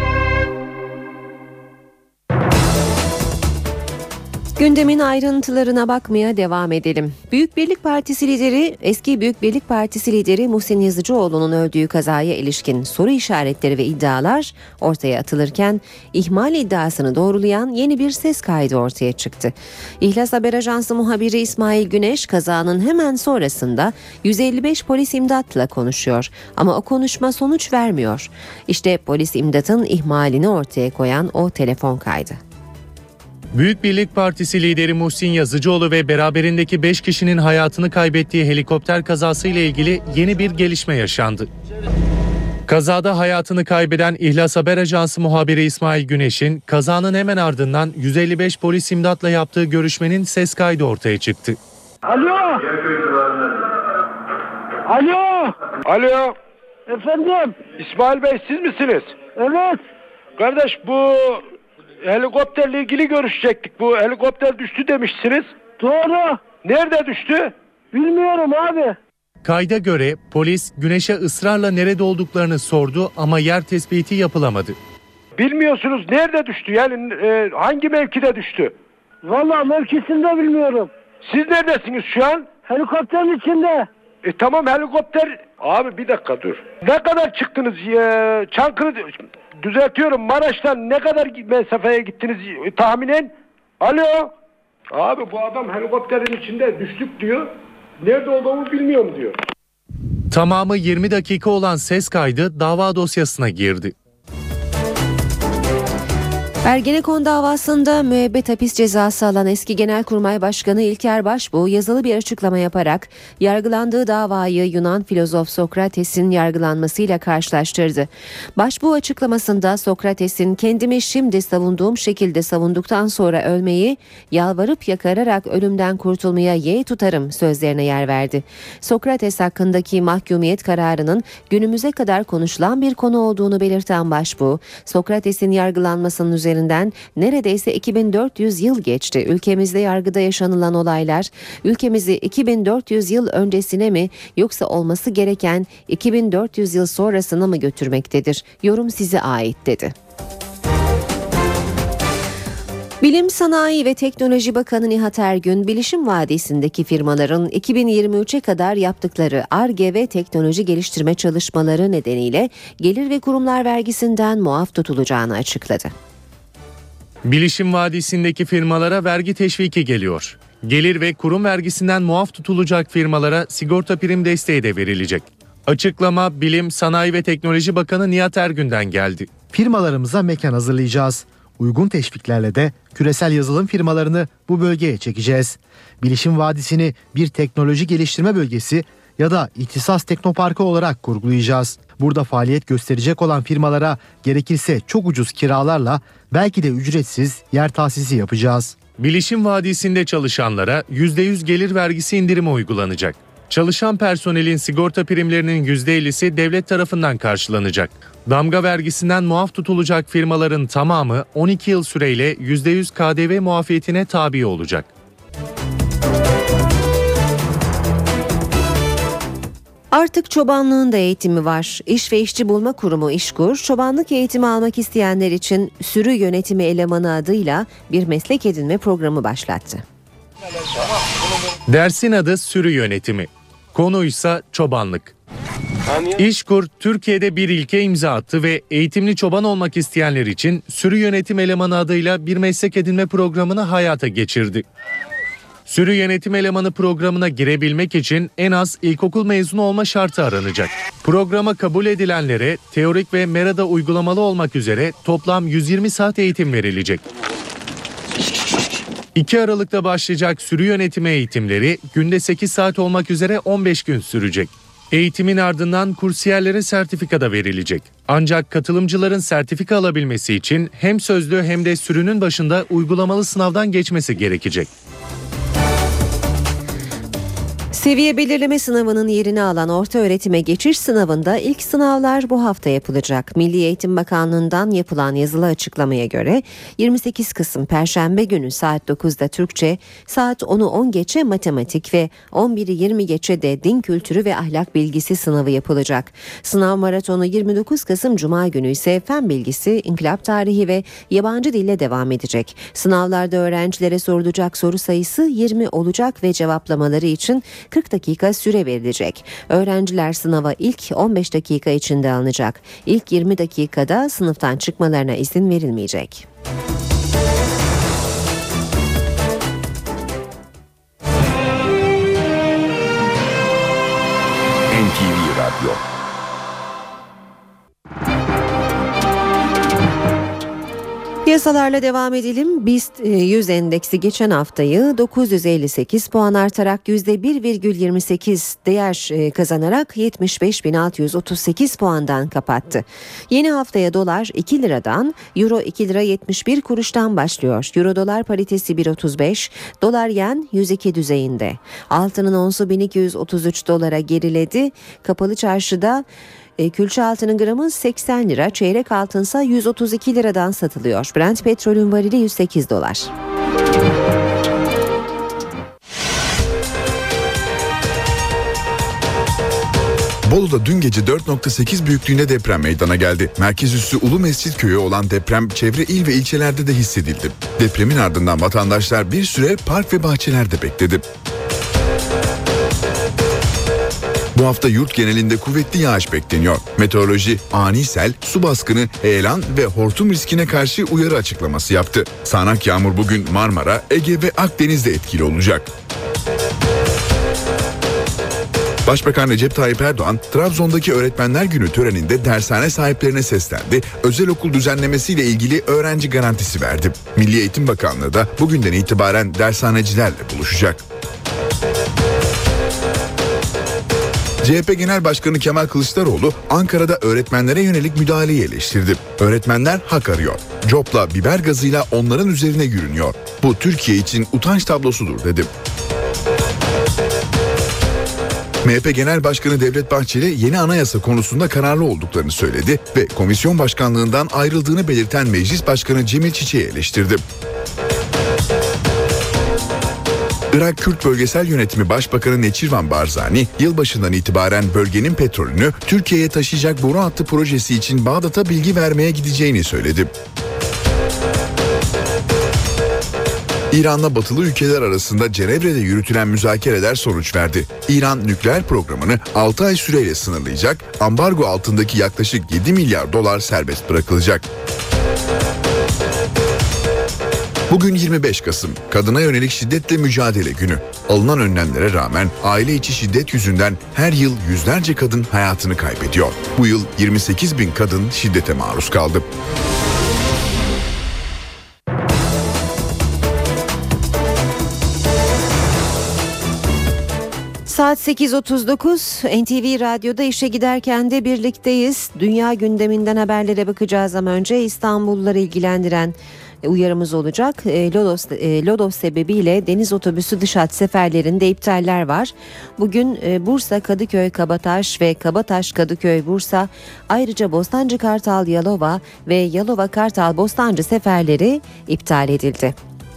Gündemin ayrıntılarına bakmaya devam edelim. Büyük Birlik Partisi lideri, eski Büyük Birlik Partisi lideri Muhsin Yazıcıoğlu'nun öldüğü kazaya ilişkin soru işaretleri ve iddialar ortaya atılırken ihmal iddiasını doğrulayan yeni bir ses kaydı ortaya çıktı. İhlas Haber Ajansı muhabiri İsmail Güneş kazanın hemen sonrasında 155 polis imdatla konuşuyor ama o konuşma sonuç vermiyor. İşte polis imdatın ihmalini ortaya koyan o telefon kaydı. Büyük Birlik Partisi lideri Muhsin Yazıcıoğlu ve beraberindeki 5 kişinin hayatını kaybettiği helikopter kazası ile ilgili yeni bir gelişme yaşandı. Kazada hayatını kaybeden İhlas Haber Ajansı muhabiri İsmail Güneş'in kazanın hemen ardından 155 polis imdatla yaptığı görüşmenin ses kaydı ortaya çıktı. Alo. Alo. Alo. Efendim. İsmail Bey siz misiniz? Evet. Kardeş bu helikopterle ilgili görüşecektik. Bu helikopter düştü demişsiniz. Doğru. Nerede düştü? Bilmiyorum abi. Kayda göre polis Güneş'e ısrarla nerede olduklarını sordu ama yer tespiti yapılamadı. Bilmiyorsunuz nerede düştü? Yani hangi mevkide düştü? Vallahi mevkisini de bilmiyorum. Siz neredesiniz şu an? Helikopterin içinde. Tamam helikopter. Abi bir dakika dur. Ne kadar çıktınız? Çankırı düzeltiyorum. Maraş'tan ne kadar mesafeye gittiniz tahminen? Alo. Abi bu adam helikopterin içinde düştük diyor. Nerede olduğumu bilmiyorum diyor. Tamamı 20 dakika olan ses kaydı dava dosyasına girdi. Ergenekon davasında müebbet hapis cezası alan eski Genelkurmay Başkanı İlker Başbuğ yazılı bir açıklama yaparak yargılandığı davayı Yunan filozof Sokrates'in yargılanmasıyla karşılaştırdı. Başbuğ açıklamasında Sokrates'in kendimi şimdi savunduğum şekilde savunduktan sonra ölmeyi, yalvarıp yakararak ölümden kurtulmaya yeğ tutarım sözlerine yer verdi. Sokrates hakkındaki mahkumiyet kararının günümüze kadar konuşulan bir konu olduğunu belirten Başbuğ, Sokrates'in yargılanmasının üzerinden neredeyse 2400 yıl geçti. Ülkemizde yargıda yaşanılan olaylar ülkemizi 2400 yıl öncesine mi yoksa olması gereken 2400 yıl sonrasına mı götürmektedir? Yorum size ait dedi. Bilim, Sanayi ve Teknoloji Bakanı Nihat Ergün, Bilişim Vadisi'ndeki firmaların 2023'e kadar yaptıkları Ar-Ge ve teknoloji geliştirme çalışmaları nedeniyle gelir ve kurumlar vergisinden muaf tutulacağını açıkladı. Bilişim Vadisi'ndeki firmalara vergi teşviki geliyor. Gelir ve kurum vergisinden muaf tutulacak firmalara sigorta prim desteği de verilecek. Açıklama Bilim, Sanayi ve Teknoloji Bakanı Nihat Ergün'den geldi. Firmalarımıza mekan hazırlayacağız. Uygun teşviklerle de küresel yazılım firmalarını bu bölgeye çekeceğiz. Bilişim Vadisi'ni bir teknoloji geliştirme bölgesi ya da ihtisas teknoparkı olarak kurgulayacağız. Burada faaliyet gösterecek olan firmalara gerekirse çok ucuz kiralarla belki de ücretsiz yer tahsisi yapacağız. Bilişim Vadisi'nde çalışanlara %100 gelir vergisi indirimi uygulanacak. Çalışan personelin sigorta primlerinin %50'si devlet tarafından karşılanacak. Damga vergisinden muaf tutulacak firmaların tamamı 12 yıl süreyle %100 KDV muafiyetine tabi olacak. Artık çobanlığın da eğitimi var. İş ve İşçi Bulma Kurumu İşkur, çobanlık eğitimi almak isteyenler için sürü yönetimi elemanı adıyla bir meslek edinme programı başlattı. Dersin adı sürü yönetimi. Konuysa çobanlık. İşkur, Türkiye'de bir ilke imza attı ve eğitimli çoban olmak isteyenler için sürü yönetim elemanı adıyla bir meslek edinme programını hayata geçirdi. Sürü yönetim elemanı programına girebilmek için en az ilkokul mezunu olma şartı aranacak. Programa kabul edilenlere teorik ve merada uygulamalı olmak üzere toplam 120 saat eğitim verilecek. 2 Aralık'ta başlayacak sürü yönetimi eğitimleri günde 8 saat olmak üzere 15 gün sürecek. Eğitimin ardından kursiyerlere sertifika da verilecek. Ancak katılımcıların sertifika alabilmesi için hem sözlü hem de sürünün başında uygulamalı sınavdan geçmesi gerekecek. Seviye belirleme sınavının yerini alan ortaöğretime geçiş sınavında ilk sınavlar bu hafta yapılacak. Milli Eğitim Bakanlığı'ndan yapılan yazılı açıklamaya göre 28 Kasım Perşembe günü saat 9'da Türkçe, saat 10'u 10 geçe matematik ve 11'i 20 geçe de din kültürü ve ahlak bilgisi sınavı yapılacak. Sınav maratonu 29 Kasım Cuma günü ise fen bilgisi, inkılap tarihi ve yabancı dille devam edecek. Sınavlarda öğrencilere sorulacak soru sayısı 20 olacak ve cevaplamaları için 40 dakika süre verilecek. Öğrenciler sınava ilk 15 dakika içinde alınacak. İlk 20 dakikada sınıftan çıkmalarına izin verilmeyecek. NTV Radyo. Piyasalarla devam edelim. BIST 100 endeksi geçen haftayı 958 puan artarak %1,28 değer kazanarak 75.638 puandan kapattı. Yeni haftaya dolar 2 liradan, euro 2 lira 71 kuruştan başlıyor. Euro dolar paritesi 1.35, dolar yen 102 düzeyinde. Altının onsu 1233 dolara geriledi. Kapalı çarşıda külçe altının gramı 80 lira, çeyrek altınsa 132 liradan satılıyor. Brent petrolün varili 108 dolar. Bolu'da dün gece 4.8 büyüklüğünde deprem meydana geldi. Merkez üssü Ulu Mescit köyü olan deprem çevre il ve ilçelerde de hissedildi. Depremin ardından vatandaşlar bir süre park ve bahçelerde bekledi. Bu hafta yurt genelinde kuvvetli yağış bekleniyor. Meteoroloji ani sel, su baskını, heyelan ve hortum riskine karşı uyarı açıklaması yaptı. Sağanak yağmur bugün Marmara, Ege ve Akdeniz'de etkili olacak. Başbakan Recep Tayyip Erdoğan, Trabzon'daki Öğretmenler Günü töreninde dershane sahiplerine seslendi. Özel okul düzenlemesiyle ilgili öğrenci garantisi verdi. Milli Eğitim Bakanlığı da bugünden itibaren dershanecilerle buluşacak. CHP Genel Başkanı Kemal Kılıçdaroğlu Ankara'da öğretmenlere yönelik müdahaleyi eleştirdi. Öğretmenler hak arıyor. Copla, biber gazıyla onların üzerine yürünüyor. Bu Türkiye için utanç tablosudur dedi. MHP Genel Başkanı Devlet Bahçeli yeni anayasa konusunda kararlı olduklarını söyledi ve komisyon başkanlığından ayrıldığını belirten Meclis Başkanı Cemil Çiçek'i eleştirdi. Irak Kürt Bölgesel Yönetimi Başbakanı Neçirvan Barzani, yılbaşından itibaren bölgenin petrolünü Türkiye'ye taşıyacak boru hattı projesi için Bağdat'a bilgi vermeye gideceğini söyledi. İran'la batılı ülkeler arasında Cenevre'de yürütülen müzakereler sonuç verdi. İran nükleer programını 6 ay süreyle sınırlayacak, ambargo altındaki yaklaşık 7 milyar dolar serbest bırakılacak. Bugün 25 Kasım, Kadına Yönelik Şiddetle Mücadele Günü. Alınan önlemlere rağmen aile içi şiddet yüzünden her yıl yüzlerce kadın hayatını kaybediyor. Bu yıl 28 bin kadın şiddete maruz kaldı. Saat 8.39 NTV Radyo'da işe giderken de birlikteyiz. Dünya gündeminden haberlere bakacağız ama önce İstanbulluları ilgilendiren uyarımız olacak. Lodos sebebiyle deniz otobüsü dış hat seferlerinde iptaller var. Bugün Bursa Kadıköy Kabataş ve Kabataş Kadıköy Bursa, ayrıca Bostancı Kartal Yalova ve Yalova Kartal Bostancı seferleri iptal edildi.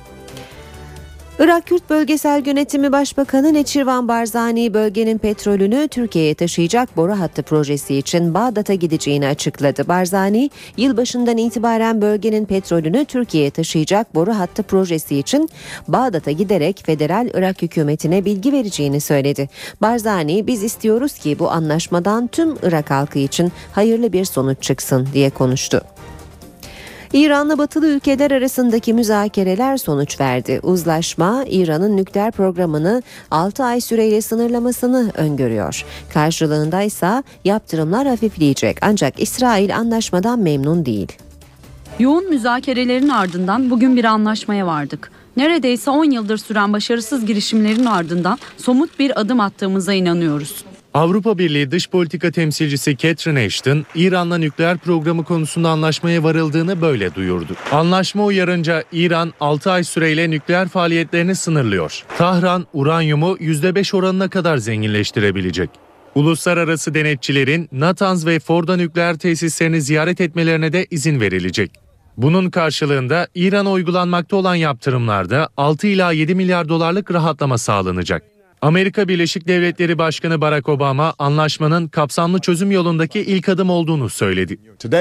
Irak Kürt Bölgesel Yönetimi Başbakanı Neçirvan Barzani bölgenin petrolünü Türkiye'ye taşıyacak boru hattı projesi için Bağdat'a gideceğini açıkladı. Barzani, yılbaşından itibaren bölgenin petrolünü Türkiye'ye taşıyacak boru hattı projesi için Bağdat'a giderek federal Irak hükümetine bilgi vereceğini söyledi. Barzani, biz istiyoruz ki bu anlaşmadan tüm Irak halkı için hayırlı bir sonuç çıksın diye konuştu. İran'la batılı ülkeler arasındaki müzakereler sonuç verdi. Uzlaşma, İran'ın nükleer programını 6 ay süreyle sınırlamasını öngörüyor. Karşılığında ise yaptırımlar hafifleyecek. Ancak İsrail anlaşmadan memnun değil. Yoğun müzakerelerin ardından bugün bir anlaşmaya vardık. Neredeyse 10 yıldır süren başarısız girişimlerin ardından somut bir adım attığımıza inanıyoruz. Avrupa Birliği Dış Politika Temsilcisi Catherine Ashton, İran'la nükleer programı konusunda anlaşmaya varıldığını böyle duyurdu. Anlaşma uyarınca İran 6 ay süreyle nükleer faaliyetlerini sınırlıyor. Tahran, uranyumu %5 oranına kadar zenginleştirebilecek. Uluslararası denetçilerin Natanz ve Fordo nükleer tesislerini ziyaret etmelerine de izin verilecek. Bunun karşılığında İran'a uygulanmakta olan yaptırımlarda 6 ila 7 milyar dolarlık rahatlama sağlanacak. Amerika Birleşik Devletleri Başkanı Barack Obama anlaşmanın kapsamlı çözüm yolundaki ilk adım olduğunu söyledi.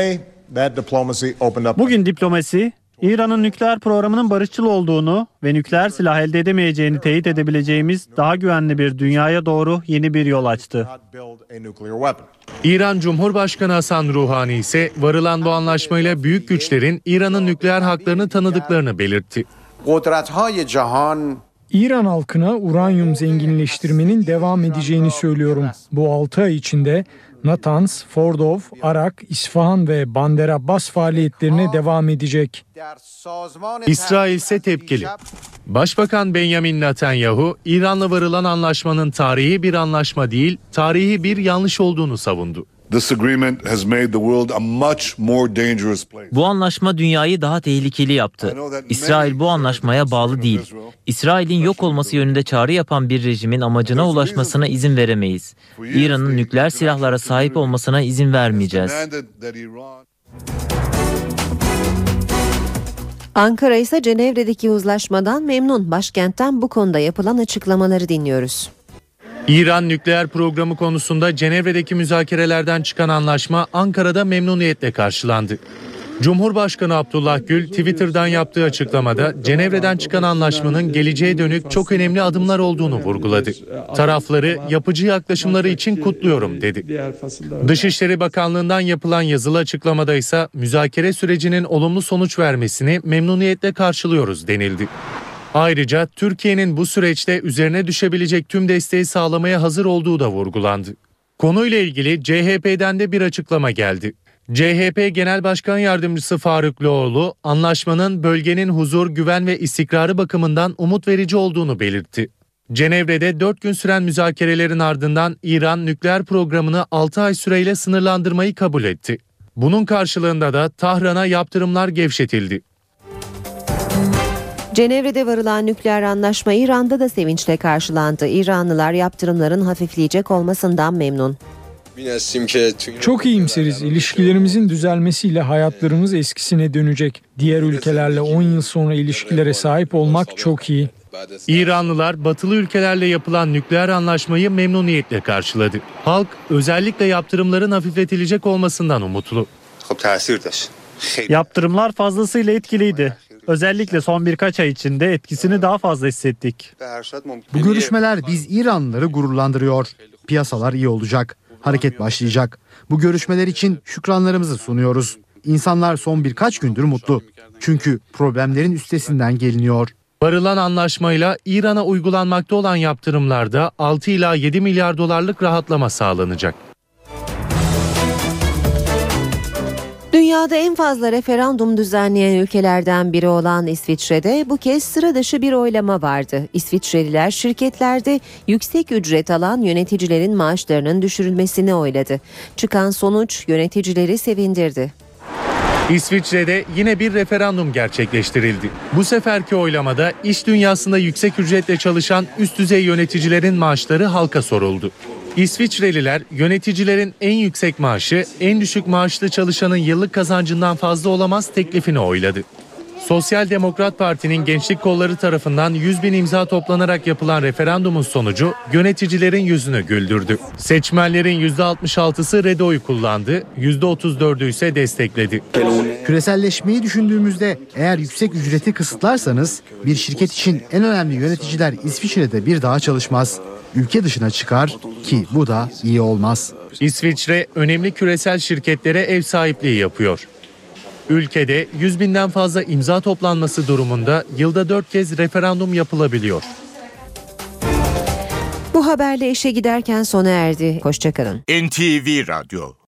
Bugün diplomasi, İran'ın nükleer programının barışçıl olduğunu ve nükleer silah elde edemeyeceğini teyit edebileceğimiz daha güvenli bir dünyaya doğru yeni bir yol açtı. İran Cumhurbaşkanı Hasan Ruhani ise varılan bu anlaşmayla büyük güçlerin İran'ın nükleer haklarını tanıdıklarını belirtti. İran halkına uranyum zenginleştirmenin devam edeceğini söylüyorum. Bu 6 ay içinde Natanz, Fordov, Arak, İsfahan ve Bandar Abbas faaliyetlerine devam edecek. İsrail ise tepkili. Başbakan Benjamin Netanyahu, İran'la varılan anlaşmanın tarihi bir anlaşma değil, tarihi bir yanlış olduğunu savundu. Bu anlaşma dünyayı daha tehlikeli yaptı. İsrail bu anlaşmaya bağlı değil. İsrail'in yok olması yönünde çağrı yapan bir rejimin amacına ulaşmasına izin veremeyiz. İran'ın nükleer silahlara sahip olmasına izin vermeyeceğiz. Ankara ise Cenevre'deki uzlaşmadan memnun. Başkentten bu konuda yapılan açıklamaları dinliyoruz. İran nükleer programı konusunda Cenevre'deki müzakerelerden çıkan anlaşma Ankara'da memnuniyetle karşılandı. Cumhurbaşkanı Abdullah Gül Twitter'dan yaptığı açıklamada Cenevre'den çıkan anlaşmanın geleceğe dönük çok önemli adımlar olduğunu vurguladı. Tarafları yapıcı yaklaşımları için kutluyorum dedi. Dışişleri Bakanlığı'ndan yapılan yazılı açıklamada ise müzakere sürecinin olumlu sonuç vermesini memnuniyetle karşılıyoruz denildi. Ayrıca Türkiye'nin bu süreçte üzerine düşebilecek tüm desteği sağlamaya hazır olduğu da vurgulandı. Konuyla ilgili CHP'den de bir açıklama geldi. CHP Genel Başkan Yardımcısı Faruk Loğlu, anlaşmanın bölgenin huzur, güven ve istikrarı bakımından umut verici olduğunu belirtti. Cenevre'de 4 gün süren müzakerelerin ardından İran nükleer programını 6 ay süreyle sınırlandırmayı kabul etti. Bunun karşılığında da Tahran'a yaptırımlar gevşetildi. Cenevre'de varılan nükleer anlaşma İran'da da sevinçle karşılandı. İranlılar yaptırımların hafifleyecek olmasından memnun. Çok iyimseriz. İlişkilerimizin düzelmesiyle hayatlarımız eskisine dönecek. Diğer ülkelerle 10 yıl sonra ilişkilere sahip olmak çok iyi. İranlılar batılı ülkelerle yapılan nükleer anlaşmayı memnuniyetle karşıladı. Halk özellikle yaptırımların hafifletilecek olmasından umutlu. Yaptırımlar fazlasıyla etkiliydi. Özellikle son birkaç ay içinde etkisini daha fazla hissettik. Bu görüşmeler biz İranlıları gururlandırıyor. Piyasalar iyi olacak. Hareket başlayacak. Bu görüşmeler için şükranlarımızı sunuyoruz. İnsanlar son birkaç gündür mutlu. Çünkü problemlerin üstesinden geliniyor. Varılan anlaşmayla İran'a uygulanmakta olan yaptırımlarda 6 ila 7 milyar dolarlık rahatlama sağlanacak. Dünyada en fazla referandum düzenleyen ülkelerden biri olan İsviçre'de bu kez sıra dışı bir oylama vardı. İsviçreliler şirketlerde yüksek ücret alan yöneticilerin maaşlarının düşürülmesini oyladı. Çıkan sonuç yöneticileri sevindirdi. İsviçre'de yine bir referandum gerçekleştirildi. Bu seferki oylamada iş dünyasında yüksek ücretle çalışan üst düzey yöneticilerin maaşları halka soruldu. İsviçreliler yöneticilerin en yüksek maaşı en düşük maaşlı çalışanın yıllık kazancından fazla olamaz teklifini oyladı. Sosyal Demokrat Parti'nin gençlik kolları tarafından 100.000 imza toplanarak yapılan referandumun sonucu yöneticilerin yüzünü güldürdü. Seçmenlerin %66'sı red oyu kullandı, %34'ü ise destekledi. Küreselleşmeyi düşündüğümüzde eğer yüksek ücreti kısıtlarsanız bir şirket için en önemli yöneticiler İsviçre'de bir daha çalışmaz. Ülke dışına çıkar ki bu da iyi olmaz. İsviçre önemli küresel şirketlere ev sahipliği yapıyor. Ülkede 100.000'den fazla imza toplanması durumunda yılda 4 kez referandum yapılabiliyor. Bu haberle işe giderken sona erdi. Hoşça kalın. NTV Radyo